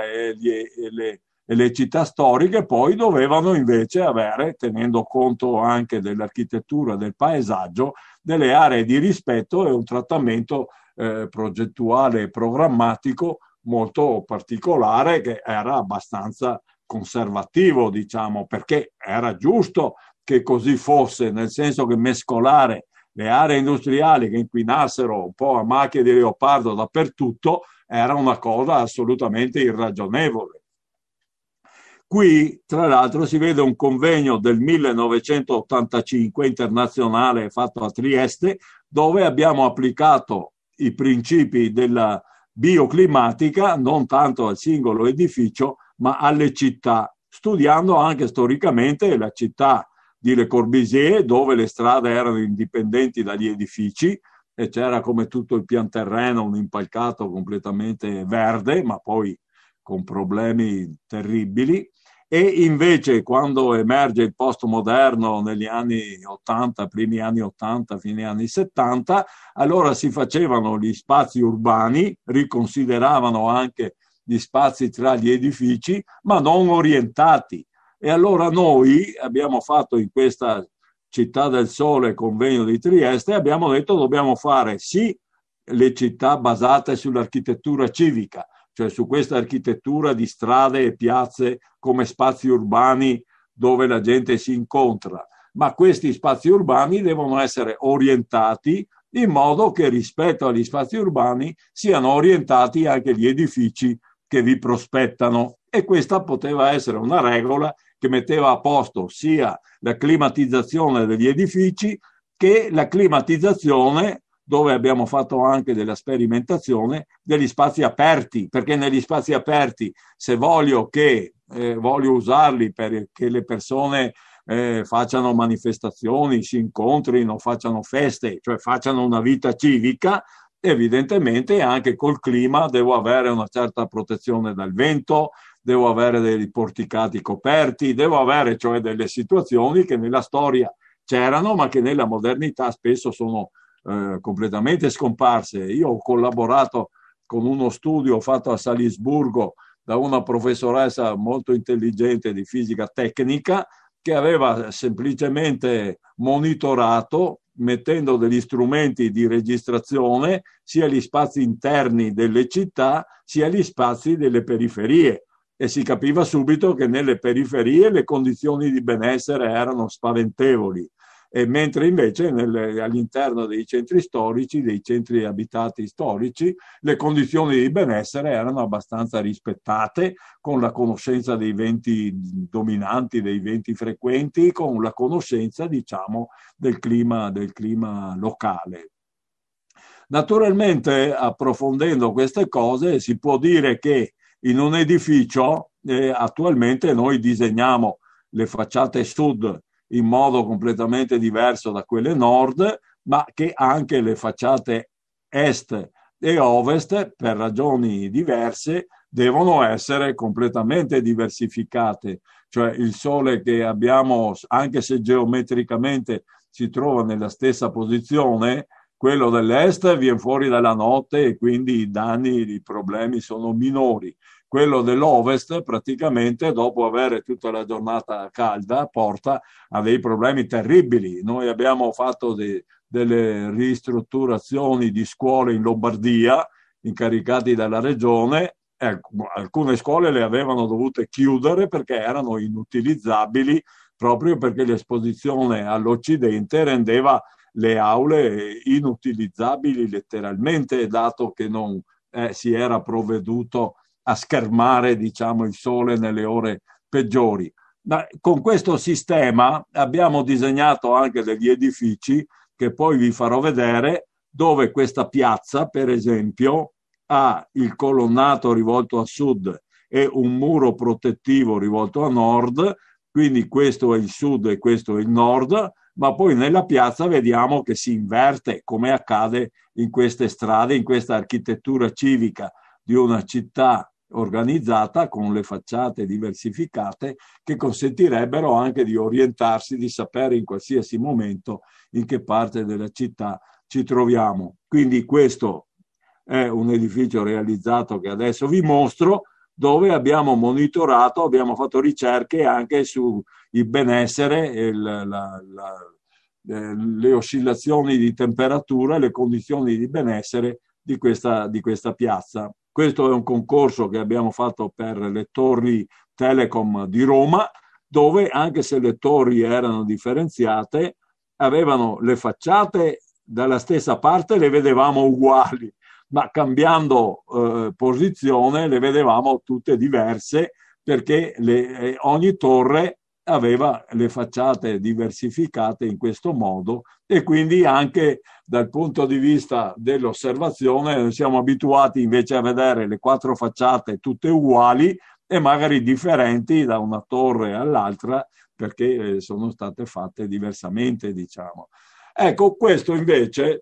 le città storiche poi dovevano invece avere, tenendo conto anche dell'architettura del paesaggio, delle aree di rispetto e un trattamento progettuale e programmatico molto particolare, che era abbastanza conservativo, diciamo, perché era giusto che così fosse, nel senso che mescolare le aree industriali che inquinassero un po' a macchie di leopardo dappertutto era una cosa assolutamente irragionevole. Qui, tra l'altro, si vede un convegno del 1985 internazionale fatto a Trieste, dove abbiamo applicato i principi della bioclimatica non tanto al singolo edificio, ma alle città, studiando anche storicamente la città di Le Corbusier, dove le strade erano indipendenti dagli edifici e c'era, come tutto il pianterreno, un impalcato completamente verde, ma poi con problemi terribili. E invece quando emerge il postmoderno negli anni 80, primi anni 80, fine anni 70, allora si facevano gli spazi urbani, riconsideravano anche gli spazi tra gli edifici, ma non orientati. E allora noi abbiamo fatto in questa Città del Sole, convegno di Trieste, abbiamo detto dobbiamo fare sì le città basate sull'architettura civica, cioè su questa architettura di strade e piazze come spazi urbani dove la gente si incontra, ma questi spazi urbani devono essere orientati in modo che rispetto agli spazi urbani siano orientati anche gli edifici che vi prospettano, e questa poteva essere una regola che metteva a posto sia la climatizzazione degli edifici che la climatizzazione, dove abbiamo fatto anche della sperimentazione, degli spazi aperti, perché negli spazi aperti, se voglio usarli perché le persone facciano manifestazioni, si incontrino, facciano feste, cioè facciano una vita civica, evidentemente anche col clima devo avere una certa protezione dal vento, devo avere dei porticati coperti, devo avere cioè delle situazioni che nella storia c'erano, ma che nella modernità spesso sono completamente scomparse. Io ho collaborato con uno studio fatto a Salisburgo da una professoressa molto intelligente di fisica tecnica, che aveva semplicemente monitorato, mettendo degli strumenti di registrazione sia gli spazi interni delle città sia gli spazi delle periferie, e si capiva subito che nelle periferie le condizioni di benessere erano spaventevoli, e mentre invece all'interno dei centri storici, dei centri abitati storici, le condizioni di benessere erano abbastanza rispettate, con la conoscenza dei venti dominanti, dei venti frequenti, con la conoscenza, diciamo, del clima locale. Naturalmente, approfondendo queste cose, si può dire che in un edificio attualmente noi disegniamo le facciate sud in modo completamente diverso da quelle nord, ma che anche le facciate est e ovest, per ragioni diverse, devono essere completamente diversificate. Cioè il sole che abbiamo, anche se geometricamente si trova nella stessa posizione, quello dell'est viene fuori dalla notte e quindi i danni, i problemi sono minori. Quello dell'ovest praticamente, dopo avere tutta la giornata calda, porta a dei problemi terribili. Noi abbiamo fatto delle ristrutturazioni di scuole in Lombardia, incaricati dalla regione. Alcune scuole le avevano dovute chiudere perché erano inutilizzabili, proprio perché l'esposizione all'Occidente rendeva le aule inutilizzabili letteralmente, dato che non si era provveduto a schermare, diciamo, il sole nelle ore peggiori. Ma con questo sistema abbiamo disegnato anche degli edifici che poi vi farò vedere, dove questa piazza, per esempio, ha il colonnato rivolto a sud e un muro protettivo rivolto a nord, quindi questo è il sud e questo è il nord, ma poi nella piazza vediamo che si inverte, come accade in queste strade, in questa architettura civica di una città organizzata con le facciate diversificate, che consentirebbero anche di orientarsi, di sapere in qualsiasi momento in che parte della città ci troviamo. Quindi questo è un edificio realizzato che adesso vi mostro, dove abbiamo monitorato, abbiamo fatto ricerche anche sul benessere e le oscillazioni di temperatura e le condizioni di benessere di questa piazza. Questo è un concorso che abbiamo fatto per le torri Telecom di Roma, dove, anche se le torri erano differenziate, avevano le facciate dalla stessa parte, le vedevamo uguali, ma cambiando posizione le vedevamo tutte diverse, perché ogni torre aveva le facciate diversificate in questo modo, e quindi anche dal punto di vista dell'osservazione siamo abituati invece a vedere le 4 facciate tutte uguali e magari differenti da una torre all'altra, perché sono state fatte diversamente, diciamo. Ecco, questo invece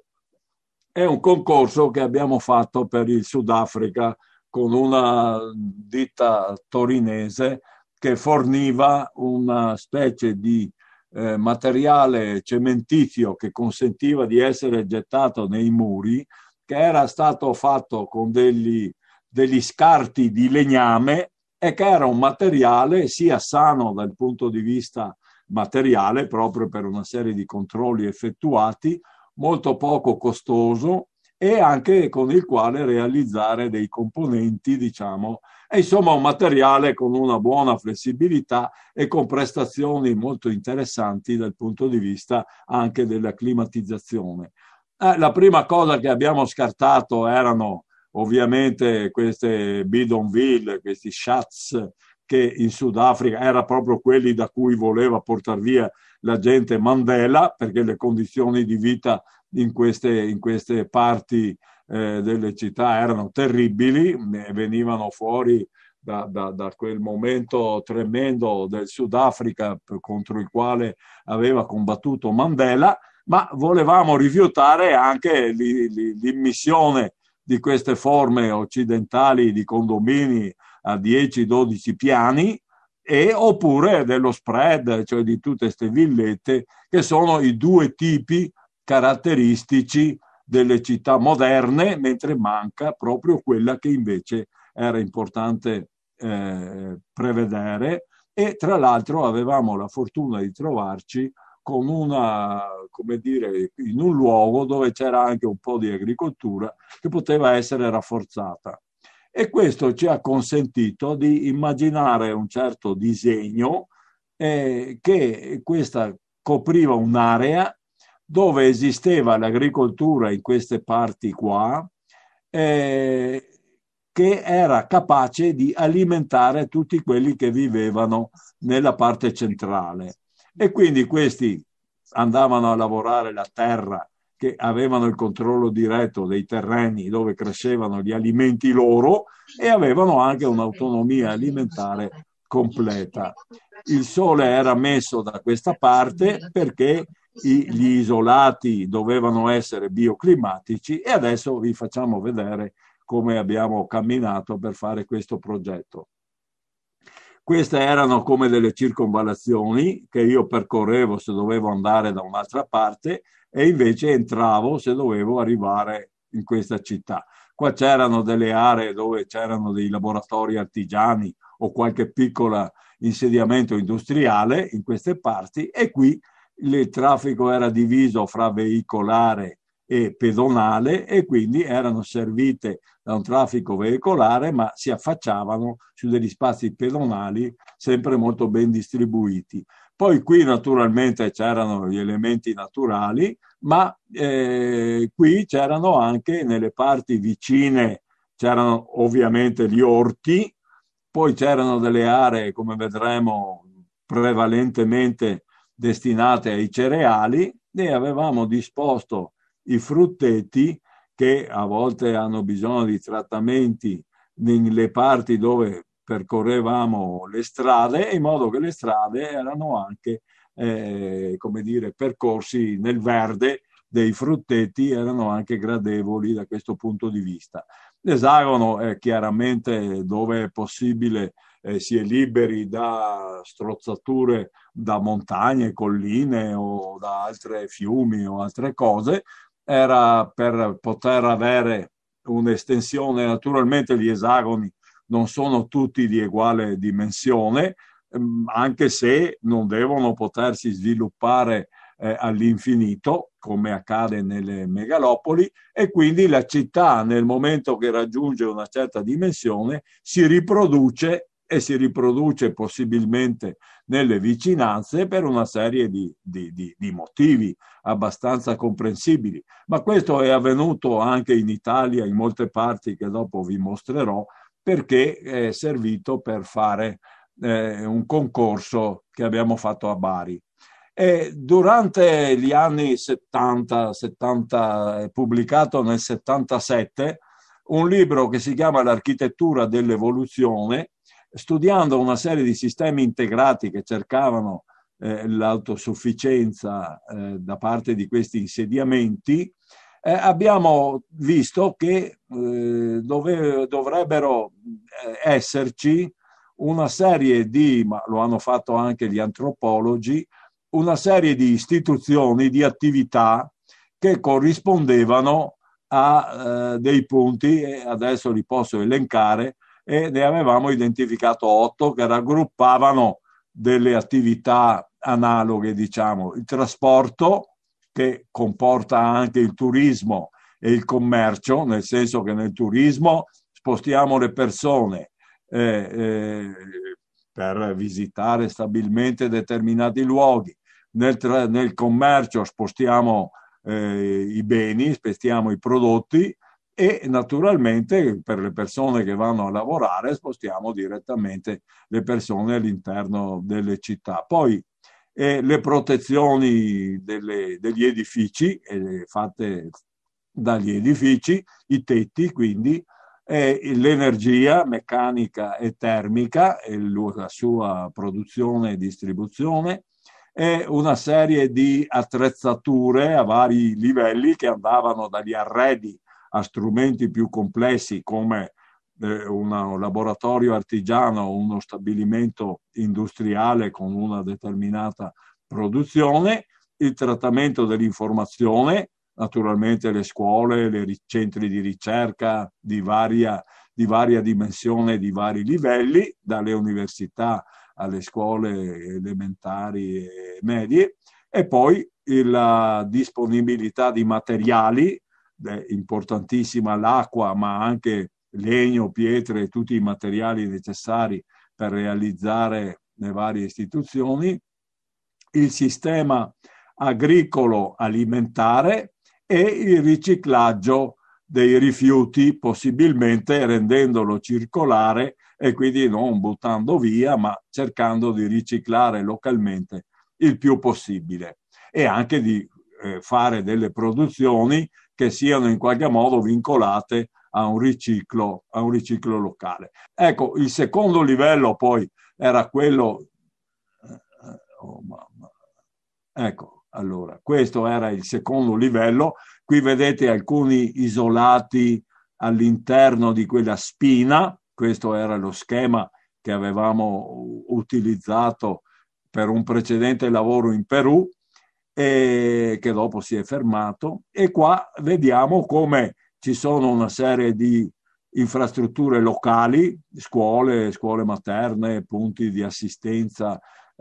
è un concorso che abbiamo fatto per il Sudafrica con una ditta torinese che forniva una specie di materiale cementizio che consentiva di essere gettato nei muri, che era stato fatto con degli scarti di legname, e che era un materiale sia sano dal punto di vista materiale, proprio per una serie di controlli effettuati, molto poco costoso, e anche con il quale realizzare dei componenti, diciamo, è insomma un materiale con una buona flessibilità e con prestazioni molto interessanti dal punto di vista anche della climatizzazione. La prima cosa che abbiamo scartato erano ovviamente queste bidonville, questi shacks, che in Sudafrica era proprio quelli da cui voleva portare via la gente Mandela, perché le condizioni di vita in queste parti delle città erano terribili, venivano fuori da quel momento tremendo del Sudafrica contro il quale aveva combattuto Mandela, ma volevamo rifiutare anche l'immissione di queste forme occidentali di condomini a 10-12 piani, oppure dello spread, cioè di tutte queste villette, che sono i 2 tipi caratteristici delle città moderne, mentre manca proprio quella che invece era importante prevedere, e tra l'altro avevamo la fortuna di trovarci con una, come dire, in un luogo dove c'era anche un po' di agricoltura che poteva essere rafforzata. E questo ci ha consentito di immaginare un certo disegno che questa copriva un'area dove esisteva l'agricoltura in queste parti qua, che era capace di alimentare tutti quelli che vivevano nella parte centrale. E quindi questi andavano a lavorare la terra, che avevano il controllo diretto dei terreni dove crescevano gli alimenti loro e avevano anche un'autonomia alimentare completa. Il sole era messo da questa parte perché gli isolati dovevano essere bioclimatici e adesso vi facciamo vedere come abbiamo camminato per fare questo progetto. Queste erano come delle circonvallazioni che io percorrevo se dovevo andare da un'altra parte e invece entravo se dovevo arrivare in questa città. Qua c'erano delle aree dove c'erano dei laboratori artigiani o qualche piccolo insediamento industriale in queste parti e qui il traffico era diviso fra veicolare e pedonale e quindi erano servite da un traffico veicolare ma si affacciavano su degli spazi pedonali sempre molto ben distribuiti. Poi qui naturalmente c'erano gli elementi naturali, ma qui c'erano anche nelle parti vicine, c'erano ovviamente gli orti, poi c'erano delle aree, come vedremo, prevalentemente destinate ai cereali e avevamo disposto i frutteti che a volte hanno bisogno di trattamenti nelle parti dove percorrevamo le strade, in modo che le strade erano anche, come dire, percorsi nel verde dei frutteti, erano anche gradevoli da questo punto di vista. L'esagono è chiaramente dove è possibile si è liberi da strozzature da montagne, colline o da altre fiumi o altre cose, era per poter avere un'estensione. Naturalmente gli esagoni non sono tutti di uguale dimensione, anche se non devono potersi sviluppare all'infinito, come accade nelle megalopoli, e quindi la città, nel momento che raggiunge una certa dimensione, si riproduce e si riproduce possibilmente nelle vicinanze per una serie di motivi abbastanza comprensibili. Ma questo è avvenuto anche in Italia, in molte parti che dopo vi mostrerò, perché è servito per fare un concorso che abbiamo fatto a Bari. E durante gli anni 70, pubblicato nel 77, un libro che si chiama L'architettura dell'evoluzione, studiando una serie di sistemi integrati che cercavano l'autosufficienza da parte di questi insediamenti, abbiamo visto che dovrebbero esserci una serie di, ma lo hanno fatto anche gli antropologi, una serie di istituzioni, di attività che corrispondevano a dei punti, e adesso li posso elencare, e ne avevamo identificato 8 che raggruppavano delle attività analoghe, diciamo, il trasporto, che comporta anche il turismo e il commercio, nel senso che nel turismo spostiamo le persone per visitare stabilmente determinati luoghi, nel commercio spostiamo i beni, spostiamo i prodotti e naturalmente per le persone che vanno a lavorare spostiamo direttamente le persone all'interno delle città. Poi le protezioni degli edifici fatte dagli edifici, i tetti quindi, l'energia meccanica e termica e la sua produzione e distribuzione, e una serie di attrezzature a vari livelli che andavano dagli arredi a strumenti più complessi come un laboratorio artigiano, uno stabilimento industriale con una determinata produzione, il trattamento dell'informazione, naturalmente le scuole, i centri di ricerca di varia dimensione, di vari livelli, dalle università alle scuole elementari e medie, e poi la disponibilità di materiali, importantissima l'acqua, ma anche legno, pietre e tutti i materiali necessari per realizzare le varie istituzioni, il sistema agricolo alimentare e il riciclaggio dei rifiuti, possibilmente rendendolo circolare e quindi non buttando via, ma cercando di riciclare localmente il più possibile, e anche di fare delle produzioni che siano in qualche modo vincolate a un riciclo locale. Ecco, il secondo livello poi era quello... Oh, mamma. Ecco, allora, questo era il secondo livello. Qui vedete alcuni isolati all'interno di quella spina. Questo era lo schema che avevamo utilizzato per un precedente lavoro in Perù, e che dopo si è fermato. E qua vediamo come ci sono una serie di infrastrutture locali, scuole materne, punti di assistenza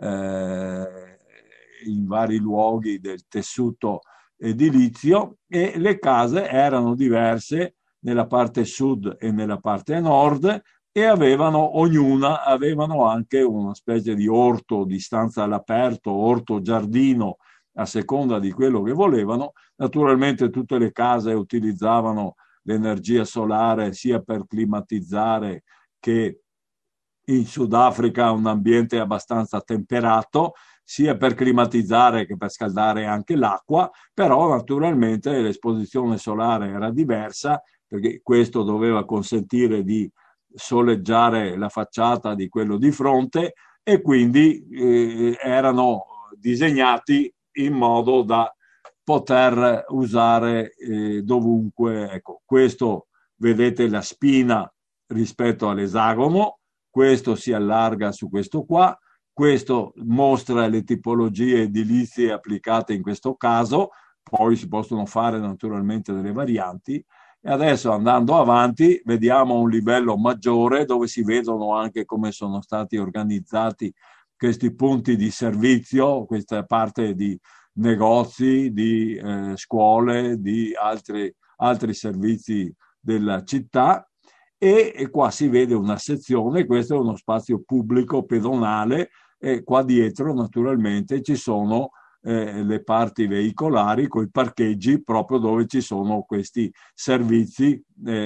in vari luoghi del tessuto edilizio, e le case erano diverse nella parte sud e nella parte nord, e ognuna avevano anche una specie di orto di stanza all'aperto, orto giardino, a seconda di quello che volevano. Naturalmente tutte le case utilizzavano l'energia solare sia per climatizzare, che in Sudafrica un ambiente abbastanza temperato, sia per climatizzare che per scaldare anche l'acqua, però naturalmente l'esposizione solare era diversa, perché questo doveva consentire di soleggiare la facciata di quello di fronte, e quindi erano disegnati in modo da poter usare dovunque. Ecco, questo vedete la spina rispetto all'esagono, questo si allarga su questo qua, questo mostra le tipologie edilizie applicate in questo caso, poi si possono fare naturalmente delle varianti. E adesso, andando avanti, vediamo un livello maggiore dove si vedono anche come sono stati organizzati questi punti di servizio, questa parte di negozi, di scuole, di altri servizi della città. E qua si vede una sezione, questo è uno spazio pubblico pedonale, e qua dietro naturalmente ci sono le parti veicolari con i parcheggi, proprio dove ci sono questi servizi,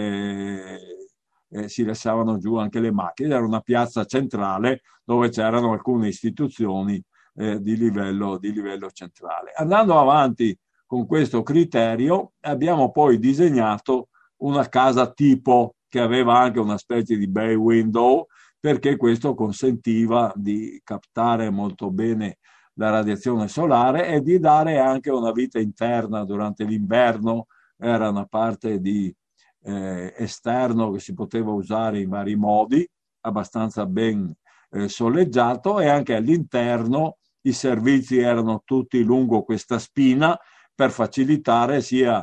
si lasciavano giù anche le macchine. Era una piazza centrale dove c'erano alcune istituzioni di livello centrale. Andando avanti con questo criterio, abbiamo poi disegnato una casa tipo che aveva anche una specie di bay window, perché questo consentiva di captare molto bene la radiazione solare e di dare anche una vita interna durante l'inverno. Era una parte di esterno che si poteva usare in vari modi, abbastanza ben soleggiato, e anche all'interno i servizi erano tutti lungo questa spina per facilitare sia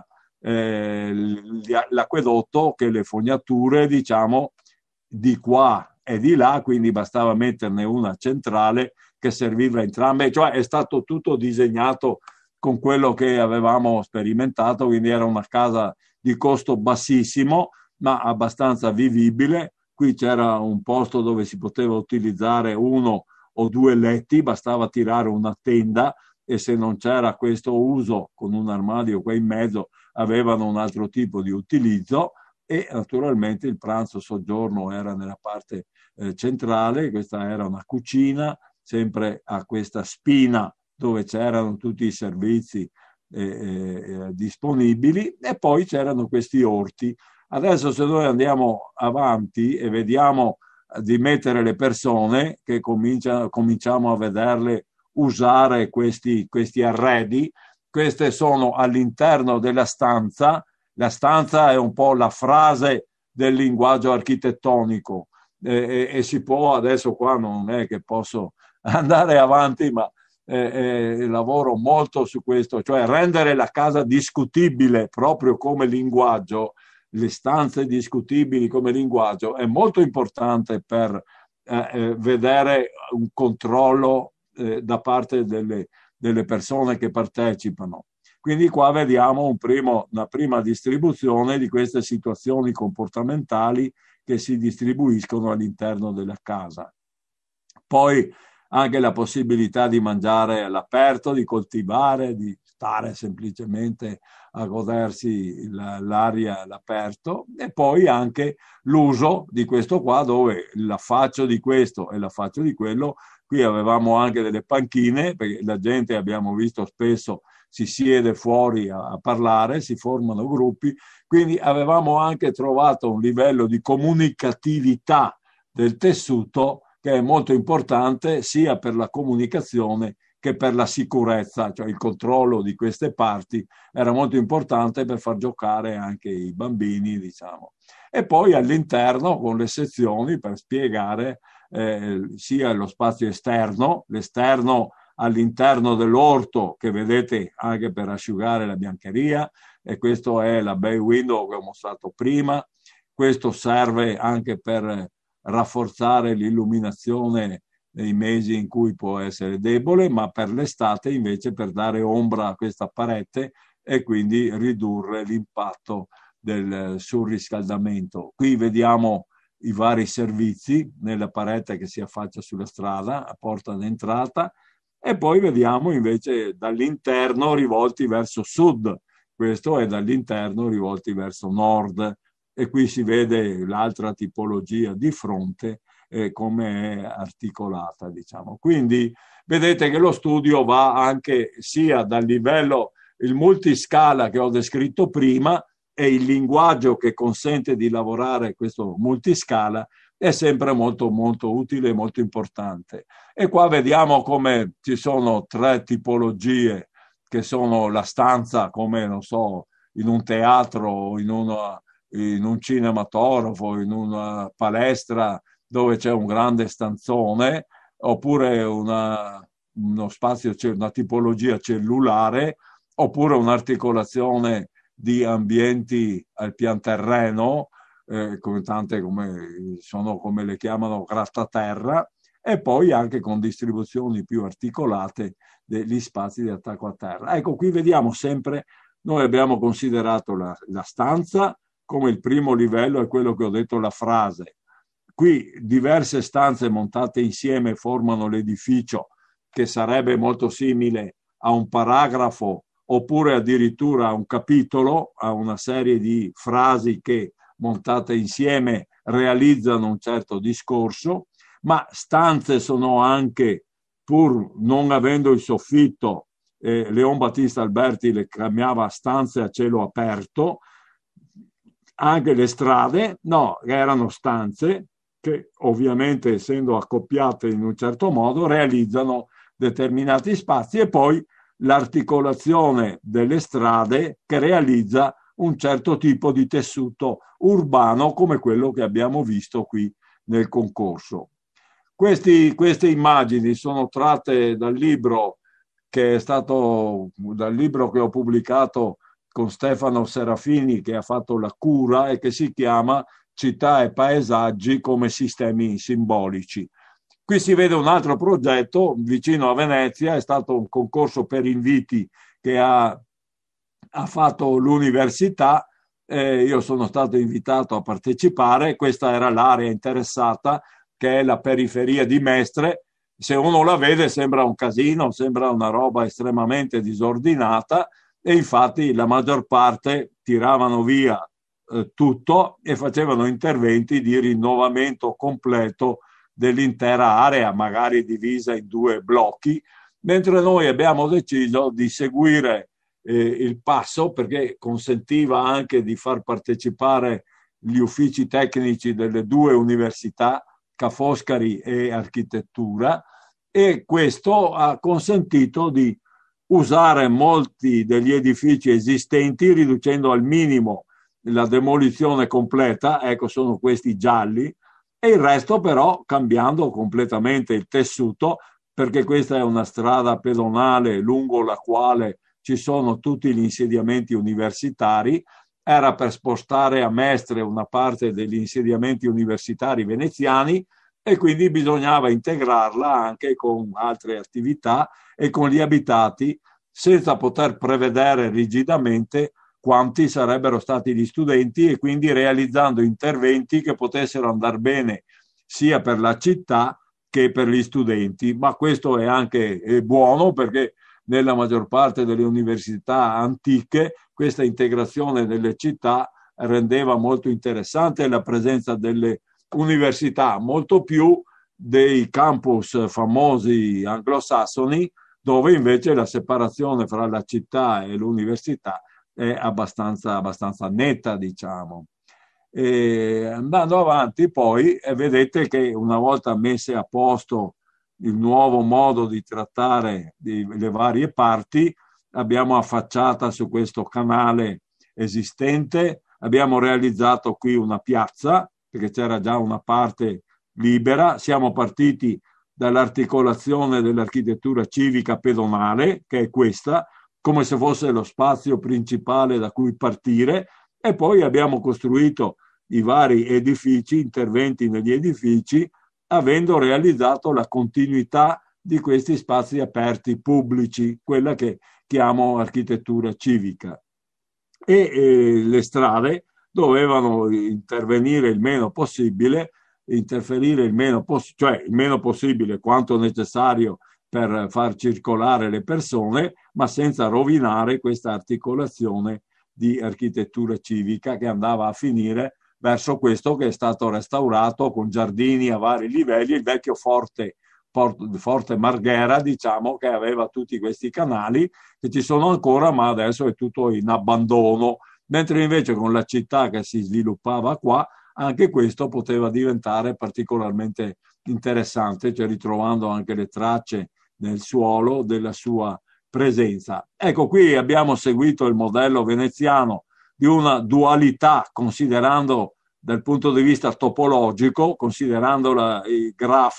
l'acquedotto che le fognature, diciamo, di qua e di là, quindi bastava metterne una centrale che serviva a entrambe, cioè è stato tutto disegnato con quello che avevamo sperimentato, quindi era una casa di costo bassissimo ma abbastanza vivibile. Qui c'era un posto dove si poteva utilizzare 1 o 2 letti, bastava tirare una tenda, e se non c'era questo uso con un armadio qua in mezzo avevano un altro tipo di utilizzo. E naturalmente il pranzo soggiorno era nella parte centrale. Questa era una cucina, sempre a questa spina dove c'erano tutti i servizi disponibili, e poi c'erano questi orti. Adesso, se noi andiamo avanti e vediamo di mettere le persone, che cominciamo a vederle usare questi arredi. Queste sono all'interno della stanza. La stanza è un po' la frase del linguaggio architettonico, e si può, adesso qua non è che posso andare avanti, ma lavoro molto su questo, cioè rendere la casa discutibile proprio come linguaggio, le stanze discutibili come linguaggio, è molto importante per vedere un controllo da parte delle persone che partecipano. Quindi qua vediamo una prima distribuzione di queste situazioni comportamentali che si distribuiscono all'interno della casa. Poi anche la possibilità di mangiare all'aperto, di coltivare, di stare semplicemente a godersi l'aria all'aperto, e poi anche l'uso di questo qua, dove l'affaccio di questo e l'affaccio di quello. Qui avevamo anche delle panchine, perché la gente, abbiamo visto spesso, si siede fuori a parlare, si formano gruppi, quindi avevamo anche trovato un livello di comunicatività del tessuto che è molto importante sia per la comunicazione che per la sicurezza, cioè il controllo di queste parti era molto importante per far giocare anche i bambini, diciamo. E poi all'interno con le sezioni per spiegare sia lo spazio esterno, l'esterno all'interno dell'orto che vedete anche per asciugare la biancheria, e questo è la bay window che ho mostrato prima. Questo serve anche per rafforzare l'illuminazione nei mesi in cui può essere debole, ma per l'estate invece per dare ombra a questa parete e quindi ridurre l'impatto del surriscaldamento. Qui vediamo i vari servizi nella parete che si affaccia sulla strada, a porta d'entrata, e poi vediamo invece dall'interno rivolti verso sud, questo è dall'interno rivolti verso nord, e qui si vede l'altra tipologia di fronte come è articolata, diciamo. Quindi vedete che lo studio va anche sia dal livello, il multiscala che ho descritto prima, e il linguaggio che consente di lavorare questo multiscala è sempre molto molto utile e molto importante. E qua vediamo come ci sono tre tipologie, che sono la stanza come, non so, in un teatro, in un cinematografo, in una palestra dove c'è un grande stanzone, oppure uno spazio, una tipologia cellulare, oppure un'articolazione di ambienti al pian terreno, come le chiamano grattaterra, e poi anche con distribuzioni più articolate degli spazi di attacco a terra. Ecco, qui vediamo sempre, noi abbiamo considerato la stanza come il primo livello, è quello che ho detto, la frase. Qui diverse stanze montate insieme formano l'edificio, che sarebbe molto simile a un paragrafo oppure addirittura a un capitolo, a una serie di frasi che montate insieme realizzano un certo discorso, ma stanze sono anche, pur non avendo il soffitto, Leon Battista Alberti le chiamava stanze a cielo aperto, anche le strade, no, erano stanze che ovviamente, essendo accoppiate in un certo modo, realizzano determinati spazi, e poi l'articolazione delle strade che realizza un certo tipo di tessuto urbano come quello che abbiamo visto qui nel concorso. Queste immagini sono tratte dal libro che ho pubblicato con Stefano Serafini, che ha fatto la cura e che si chiama Città e paesaggi come sistemi simbolici. Qui si vede un altro progetto vicino a Venezia, è stato un concorso per inviti che ha fatto l'università, io sono stato invitato a partecipare. Questa era l'area interessata, che è la periferia di Mestre. Se uno la vede sembra un casino, sembra una roba estremamente disordinata, e infatti la maggior parte tiravano via tutto e facevano interventi di rinnovamento completo dell'intera area, magari divisa in 2 blocchi, mentre noi abbiamo deciso di seguire il passo, perché consentiva anche di far partecipare gli uffici tecnici delle 2 università, Ca' Foscari e Architettura, e questo ha consentito di usare molti degli edifici esistenti, riducendo al minimo la demolizione completa, ecco, sono questi gialli, e il resto però cambiando completamente il tessuto, perché questa è una strada pedonale lungo la quale ci sono tutti gli insediamenti universitari. Era per spostare a Mestre una parte degli insediamenti universitari veneziani, e quindi bisognava integrarla anche con altre attività e con gli abitati, senza poter prevedere rigidamente quanti sarebbero stati gli studenti, e quindi realizzando interventi che potessero andare bene sia per la città che per gli studenti. Ma questo è anche buono, perché nella maggior parte delle università antiche questa integrazione delle città rendeva molto interessante la presenza delle università, molto più dei campus famosi anglosassoni, dove invece la separazione fra la città e l'università è abbastanza netta, diciamo. E andando avanti poi vedete che una volta messe a posto il nuovo modo di trattare le varie parti, abbiamo affacciata su questo canale esistente, abbiamo realizzato qui una piazza, perché c'era già una parte libera, siamo partiti dall'articolazione dell'architettura civica pedonale, che è questa, come se fosse lo spazio principale da cui partire, e poi abbiamo costruito i vari edifici, interventi negli edifici, avendo realizzato la continuità di questi spazi aperti pubblici, quella che chiamo architettura civica. E le strade dovevano intervenire il meno possibile, interferire il meno possibile quanto necessario per far circolare le persone, ma senza rovinare questa articolazione di architettura civica che andava a finire verso questo che è stato restaurato con giardini a vari livelli, il vecchio Forte Marghera, diciamo, che aveva tutti questi canali che ci sono ancora, ma adesso è tutto in abbandono, mentre invece con la città che si sviluppava qua, anche questo poteva diventare particolarmente interessante, cioè ritrovando anche le tracce nel suolo della sua presenza. Ecco, qui abbiamo seguito il modello veneziano di una dualità, considerando dal punto di vista topologico, considerando il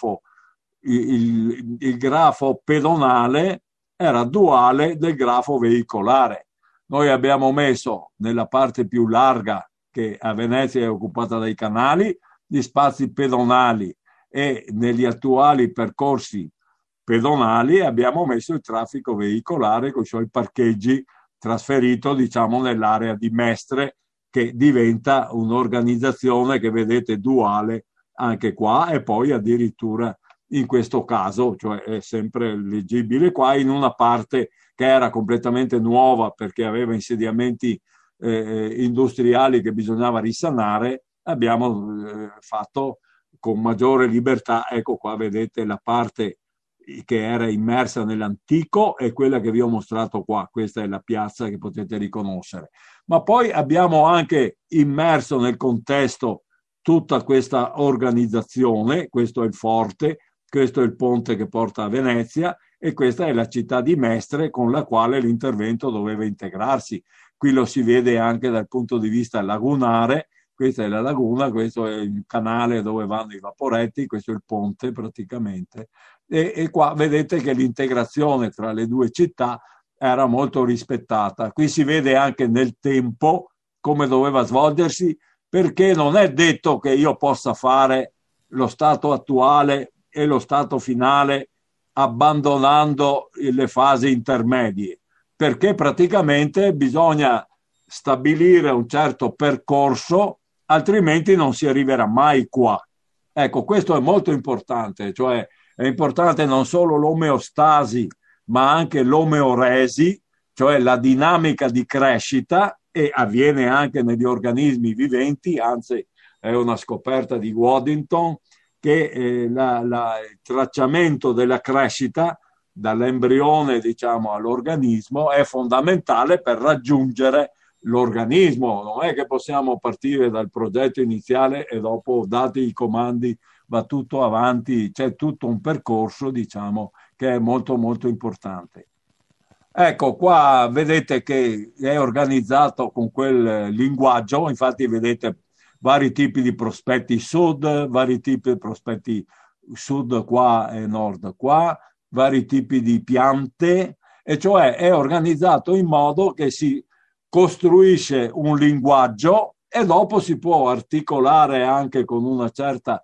grafo pedonale era duale del grafo veicolare. Noi abbiamo messo nella parte più larga, che a Venezia è occupata dai canali, gli spazi pedonali, e negli attuali percorsi pedonali abbiamo messo il traffico veicolare con i suoi parcheggi, trasferito, diciamo, nell'area di Mestre, che diventa un'organizzazione che vedete duale anche qua, e poi addirittura in questo caso, cioè è sempre leggibile qua, in una parte che era completamente nuova perché aveva insediamenti industriali che bisognava risanare, abbiamo fatto con maggiore libertà. Ecco qua vedete la parte che era immersa nell'antico e quella che vi ho mostrato qua. Questa è la piazza che potete riconoscere. Ma poi abbiamo anche immerso nel contesto tutta questa organizzazione. Questo è il forte, questo è il ponte che porta a Venezia, e questa è la città di Mestre con la quale l'intervento doveva integrarsi. Qui lo si vede anche dal punto di vista lagunare. Questa è la laguna, questo è il canale dove vanno i vaporetti, questo è il ponte praticamente. E qua vedete che l'integrazione tra le due città era molto rispettata. Qui si vede anche nel tempo come doveva svolgersi, perché non è detto che io possa fare lo stato attuale e lo stato finale abbandonando le fasi intermedie, perché praticamente bisogna stabilire un certo percorso, altrimenti non si arriverà mai qua. Ecco, questo è molto importante, cioè è importante non solo l'omeostasi, ma anche l'omeoresi, cioè la dinamica di crescita, e avviene anche negli organismi viventi, anzi è una scoperta di Waddington, che il tracciamento della crescita dall'embrione, diciamo, all'organismo è fondamentale per raggiungere l'organismo. Non è che possiamo partire dal progetto iniziale e dopo, dati i comandi, va tutto avanti. C'è tutto un percorso, diciamo, che è molto molto importante. Ecco, qua vedete che è organizzato con quel linguaggio, infatti vedete vari tipi di prospetti sud, vari tipi di prospetti sud qua e nord qua, vari tipi di piante, e cioè è organizzato in modo che si costruisce un linguaggio e dopo si può articolare anche con una certa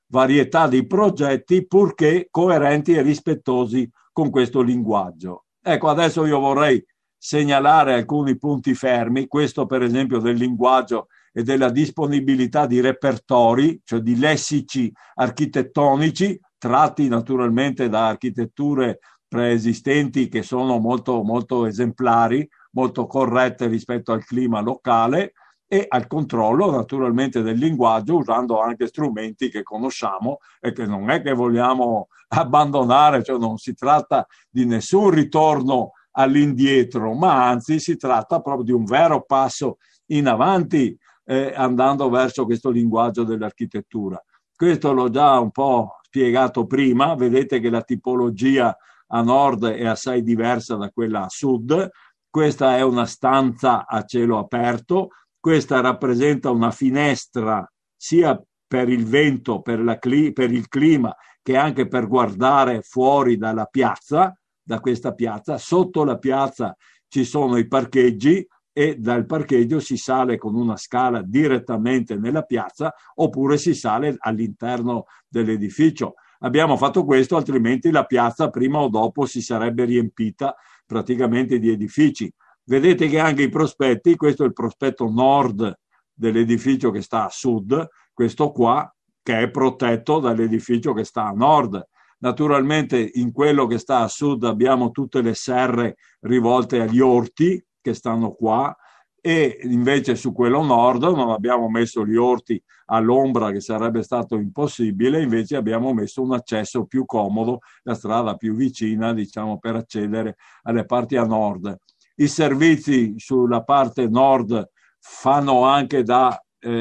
varietà di progetti purché coerenti e rispettosi con questo linguaggio. Ecco, adesso io vorrei segnalare alcuni punti fermi, questo per esempio del linguaggio e della disponibilità di repertori, cioè di lessici architettonici, tratti naturalmente da architetture preesistenti che sono molto, molto esemplari, molto corrette rispetto al clima locale, e al controllo naturalmente del linguaggio, usando anche strumenti che conosciamo e che non è che vogliamo abbandonare, cioè non si tratta di nessun ritorno all'indietro, ma anzi si tratta proprio di un vero passo in avanti, andando verso questo linguaggio dell'architettura. Questo l'ho già un po' spiegato prima, vedete che la tipologia a nord è assai diversa da quella a sud. Questa è una stanza a cielo aperto, questa rappresenta una finestra sia per il vento, per il clima, che anche per guardare fuori dalla piazza, da questa piazza. Sotto la piazza ci sono i parcheggi e dal parcheggio si sale con una scala direttamente nella piazza oppure si sale all'interno dell'edificio. Abbiamo fatto questo, altrimenti la piazza prima o dopo si sarebbe riempita praticamente di edifici. Vedete che anche i prospetti, questo è il prospetto nord dell'edificio che sta a sud, questo qua che è protetto dall'edificio che sta a nord. Naturalmente in quello che sta a sud abbiamo tutte le serre rivolte agli orti che stanno qua, e invece su quello nord non abbiamo messo gli orti all'ombra, che sarebbe stato impossibile, invece abbiamo messo un accesso più comodo, la strada più vicina, diciamo, per accedere alle parti a nord. I servizi sulla parte nord fanno anche da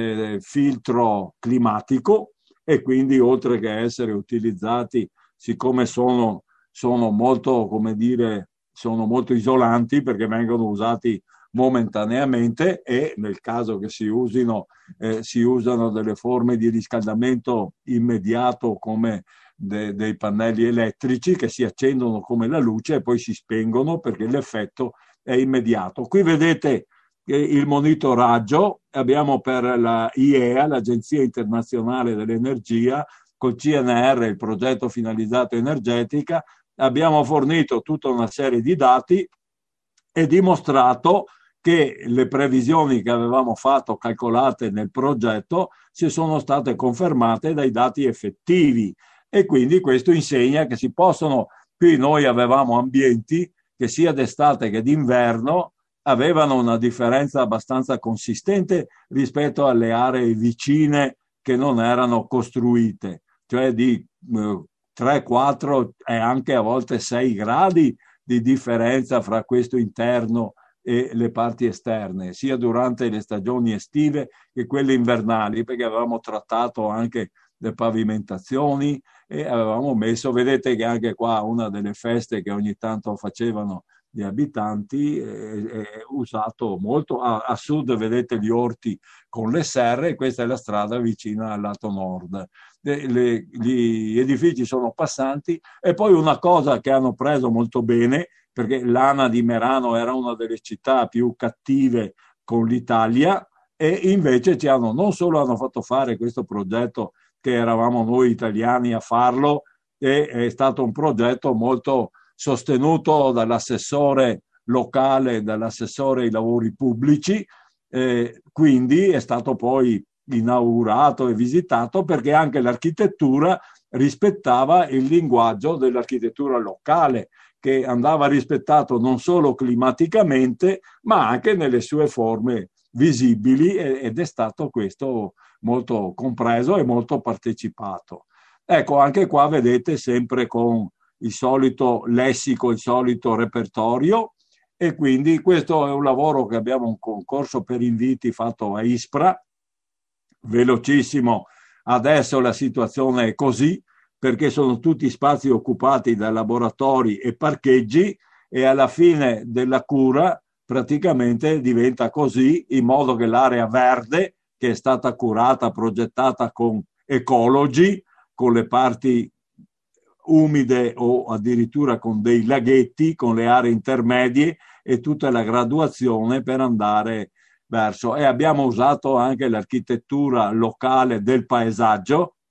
filtro climatico, e quindi oltre che essere utilizzati, siccome sono molto, come dire, sono molto isolanti perché vengono usati momentaneamente, e nel caso che si usino si usano delle forme di riscaldamento immediato come dei pannelli elettrici che si accendono come la luce e poi si spengono perché l'effetto è immediato. Qui vedete il monitoraggio, abbiamo per la IEA, l'Agenzia Internazionale dell'Energia, col CNR, il progetto finalizzato energetica, abbiamo fornito tutta una serie di dati e dimostrato che le previsioni che avevamo fatto, calcolate nel progetto, si sono state confermate dai dati effettivi, e quindi questo insegna che si possono, qui noi avevamo ambienti che sia d'estate che d'inverno avevano una differenza abbastanza consistente rispetto alle aree vicine che non erano costruite, cioè di 3, 4 e anche a volte 6 gradi di differenza fra questo interno e le parti esterne, sia durante le stagioni estive che quelle invernali, perché avevamo trattato anche le pavimentazioni e avevamo messo, vedete che anche qua una delle feste che ogni tanto facevano gli abitanti è usato molto. A sud vedete gli orti con le serre, e questa è la strada vicina al lato nord. Gli edifici sono passanti, e poi una cosa che hanno preso molto bene, perché l'ANA di Merano era una delle città più cattive con l'Italia, e invece non solo hanno fatto fare questo progetto che eravamo noi italiani a farlo, e è stato un progetto molto sostenuto dall'assessore locale, dall'assessore ai lavori pubblici, quindi è stato poi inaugurato e visitato perché anche l'architettura rispettava il linguaggio dell'architettura locale, che andava rispettato non solo climaticamente ma anche nelle sue forme visibili, ed è stato questo molto compreso e molto partecipato. Ecco, anche qua vedete sempre con il solito lessico, il solito repertorio, e quindi questo è un lavoro che abbiamo, un concorso per inviti fatto a Ispra, velocissimo. Adesso la situazione è così perché sono tutti spazi occupati da laboratori e parcheggi, e alla fine della cura praticamente diventa così, in modo che l'area verde, che è stata curata, progettata con ecologi, con le parti umide o addirittura con dei laghetti, con le aree intermedie e tutta la graduazione per andare verso. E abbiamo usato anche l'architettura locale del paesaggio,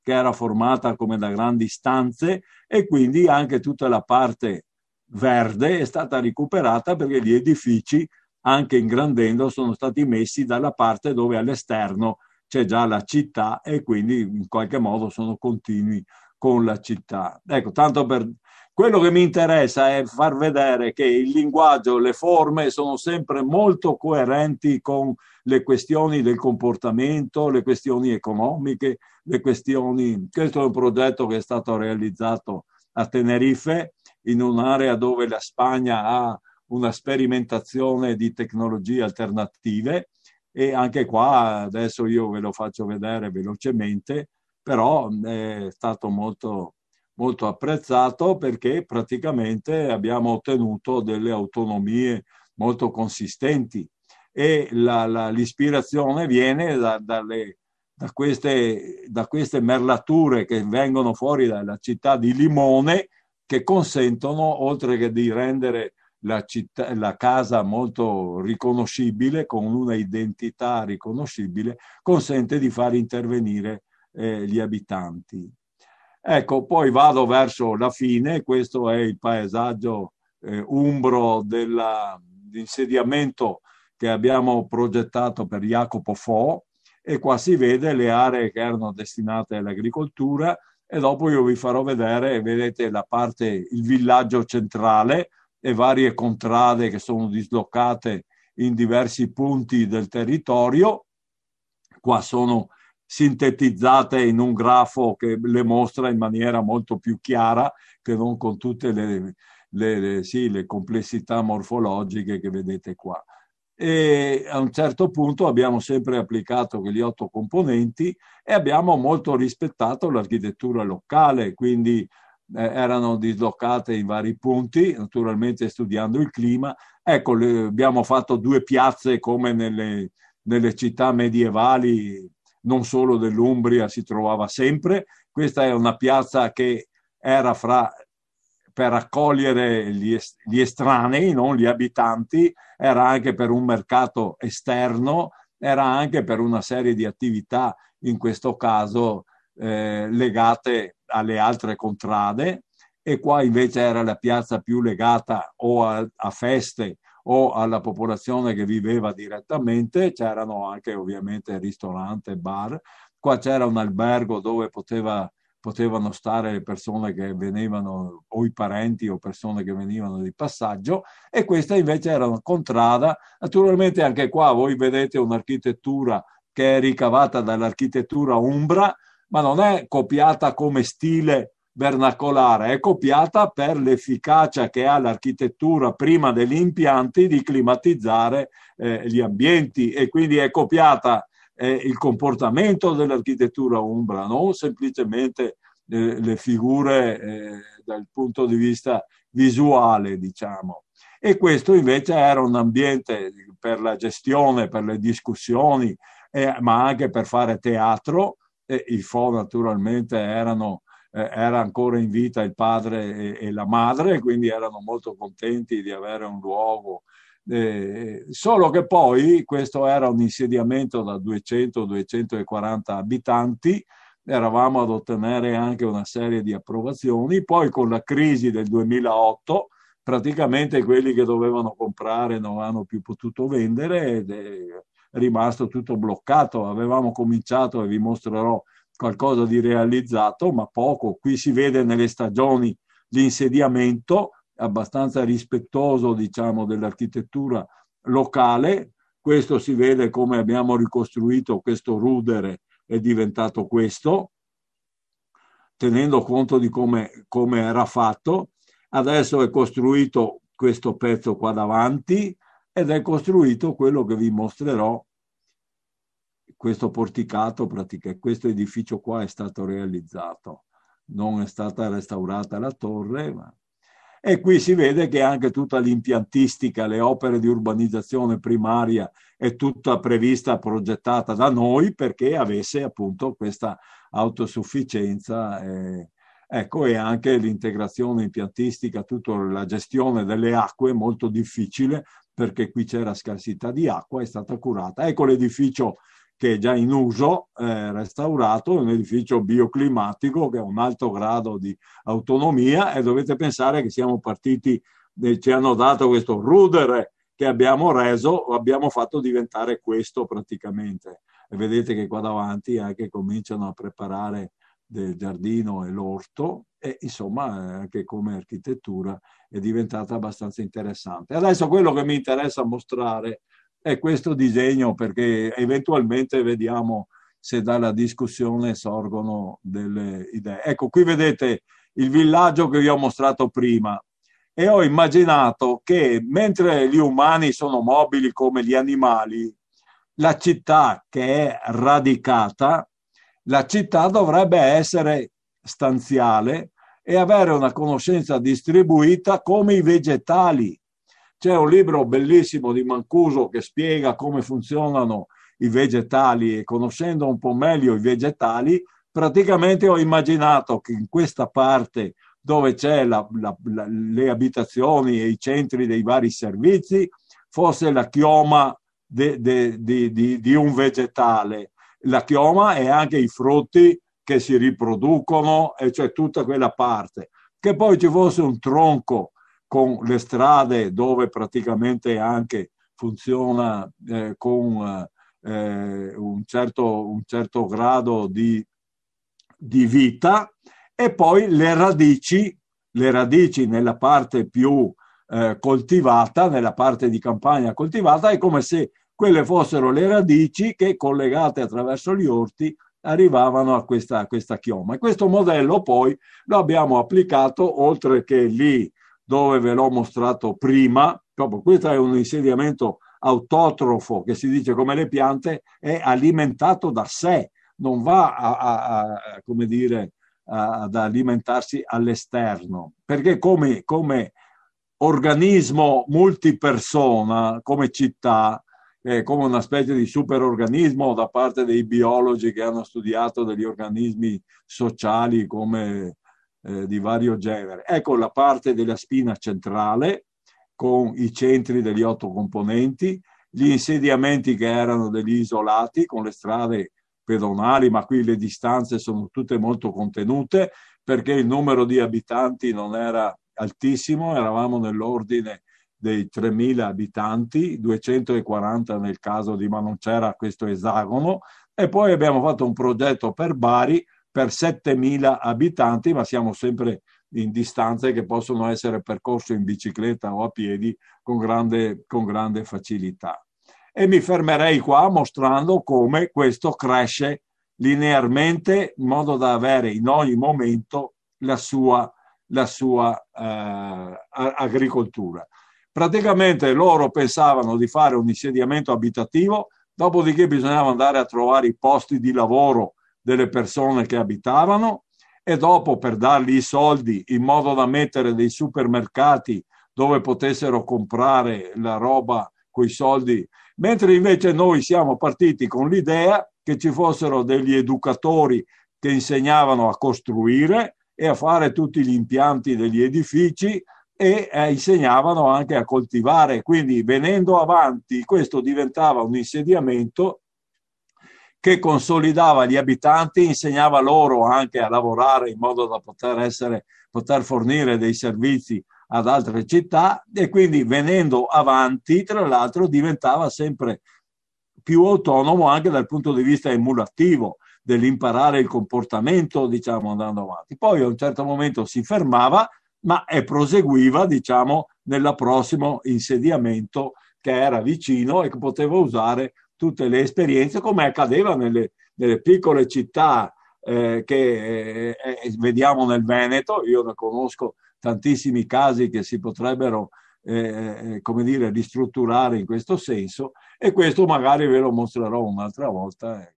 che era formata come da grandi stanze, e quindi anche tutta la parte verde è stata recuperata, perché gli edifici, anche ingrandendo, sono stati messi dalla parte dove all'esterno c'è già la città, e quindi in qualche modo sono continui con la città. Ecco, tanto per quello che mi interessa è far vedere che il linguaggio, le forme sono sempre molto coerenti con le questioni del comportamento, le questioni economiche, le questioni. Questo è un progetto che è stato realizzato a Tenerife, in un'area dove la Spagna ha una sperimentazione di tecnologie alternative, e anche qua adesso io ve lo faccio vedere velocemente, però è stato molto, molto apprezzato, perché praticamente abbiamo ottenuto delle autonomie molto consistenti, e l'ispirazione viene da queste merlature che vengono fuori dalla città di Limone, che consentono, oltre che di rendere la casa molto riconoscibile, con una identità riconoscibile, consente di far intervenire gli abitanti. Ecco, poi vado verso la fine. Questo è il paesaggio umbro dell'insediamento che abbiamo progettato per Jacopo Fo, e qua si vede le aree che erano destinate all'agricoltura, e dopo io vi farò vedere, vedete la parte, il villaggio centrale e varie contrade che sono dislocate in diversi punti del territorio. Qua sono sintetizzate in un grafo che le mostra in maniera molto più chiara, che non con tutte le complessità morfologiche che vedete qua. E a un certo punto abbiamo sempre applicato quegli 8 componenti, e abbiamo molto rispettato l'architettura locale, quindi erano dislocate in vari punti, naturalmente studiando il clima. Ecco, abbiamo fatto 2 piazze come nelle città medievali, non solo dell'Umbria, si trovava sempre. Questa è una piazza che era per accogliere gli estranei, non gli abitanti, era anche per un mercato esterno, era anche per una serie di attività, in questo caso legate alle altre contrade, e qua invece era la piazza più legata o a feste o alla popolazione che viveva direttamente. C'erano anche ovviamente ristoranti, bar. Qua c'era un albergo dove potevano stare le persone che venivano, o i parenti o persone che venivano di passaggio, e questa invece era una contrada. Naturalmente anche qua voi vedete un'architettura che è ricavata dall'architettura umbra, ma non è copiata come stile vernacolare, è copiata per l'efficacia che ha l'architettura prima degli impianti di climatizzare gli ambienti, e quindi è copiata il comportamento dell'architettura umbra, non semplicemente le figure dal punto di vista visuale, diciamo. E questo invece era un ambiente per la gestione, per le discussioni, ma anche per fare teatro. I Fo naturalmente era ancora in vita il padre e la madre, quindi erano molto contenti di avere un luogo. Solo che poi questo era un insediamento da 200-240 abitanti, eravamo ad ottenere anche una serie di approvazioni. Poi con la crisi del 2008 praticamente quelli che dovevano comprare non hanno più potuto vendere, ed è rimasto tutto bloccato. Avevamo cominciato, e vi mostrerò qualcosa di realizzato, ma poco. Qui si vede nelle stagioni l'insediamento abbastanza rispettoso, diciamo, dell'architettura locale. Questo si vede come abbiamo ricostruito questo rudere, è diventato questo, tenendo conto di come era fatto. Adesso è costruito questo pezzo qua davanti, ed è costruito quello che vi mostrerò, questo porticato. Questo edificio qua è stato realizzato, non è stata restaurata la torre, e qui si vede che anche tutta l'impiantistica, le opere di urbanizzazione primaria è tutta prevista, progettata da noi, perché avesse appunto questa autosufficienza. Ecco, e anche l'integrazione impiantistica, tutta la gestione delle acque, molto difficile, perché qui c'era scarsità di acqua, è stata curata. Ecco l'edificio che è già in uso, restaurato, un edificio bioclimatico che ha un alto grado di autonomia, e dovete pensare che siamo partiti, ci hanno dato questo rudere che abbiamo reso, abbiamo fatto diventare questo praticamente. E vedete che qua davanti anche cominciano a preparare del giardino e l'orto, e insomma anche come architettura è diventata abbastanza interessante. Adesso quello che mi interessa mostrare è questo disegno, perché eventualmente vediamo se dalla discussione sorgono delle idee. Ecco, qui vedete il villaggio che vi ho mostrato prima, e ho immaginato che mentre gli umani sono mobili come gli animali, la città che è radicata, la città dovrebbe essere stanziale e avere una conoscenza distribuita come i vegetali. C'è un libro bellissimo di Mancuso che spiega come funzionano i vegetali, e conoscendo un po' meglio i vegetali, praticamente ho immaginato che in questa parte dove c'è le abitazioni e i centri dei vari servizi fosse la chioma di un vegetale. La chioma e anche i frutti che si riproducono, e cioè tutta quella parte. Che poi ci fosse un tronco con le strade dove praticamente anche funziona con un certo grado di vita, e poi le radici nella parte più coltivata, nella parte di campagna coltivata, è come se quelle fossero le radici che, collegate attraverso gli orti, arrivavano a questa chioma. E questo modello poi lo abbiamo applicato, oltre che lì dove ve l'ho mostrato prima, proprio questo è un insediamento autotrofo, che si dice come le piante, è alimentato da sé, non va come dire, ad alimentarsi all'esterno, perché come organismo multipersona, come città, come una specie di superorganismo da parte dei biologi che hanno studiato degli organismi sociali come di vario genere. Ecco la parte della spina centrale con i centri degli 8 componenti, gli insediamenti che erano degli isolati con le strade pedonali, ma qui le distanze sono tutte molto contenute perché il numero di abitanti non era altissimo, eravamo nell'ordine dei 3.000 abitanti, 240 nel caso di, ma non c'era questo esagono, e poi abbiamo fatto un progetto per Bari per 7.000 abitanti, ma siamo sempre in distanze che possono essere percorse in bicicletta o a piedi con grande facilità. E mi fermerei qua mostrando come questo cresce linearmente in modo da avere in ogni momento la sua agricoltura. Praticamente loro pensavano di fare un insediamento abitativo, dopodiché bisognava andare a trovare i posti di lavoro delle persone che abitavano, e dopo per dargli i soldi in modo da mettere dei supermercati dove potessero comprare la roba coi soldi, mentre invece noi siamo partiti con l'idea che ci fossero degli educatori che insegnavano a costruire e a fare tutti gli impianti degli edifici, e insegnavano anche a coltivare. Quindi venendo avanti questo diventava un insediamento che consolidava gli abitanti, insegnava loro anche a lavorare in modo da poter fornire dei servizi ad altre città, e quindi venendo avanti tra l'altro diventava sempre più autonomo anche dal punto di vista emulativo, dell'imparare il comportamento, diciamo, andando avanti. Poi a un certo momento si fermava, ma proseguiva, diciamo, nel prossimo insediamento che era vicino e che poteva usare tutte le esperienze, come accadeva nelle piccole città che vediamo nel Veneto. Io ne conosco tantissimi casi che si potrebbero come dire, ristrutturare in questo senso, e questo magari ve lo mostrerò un'altra volta.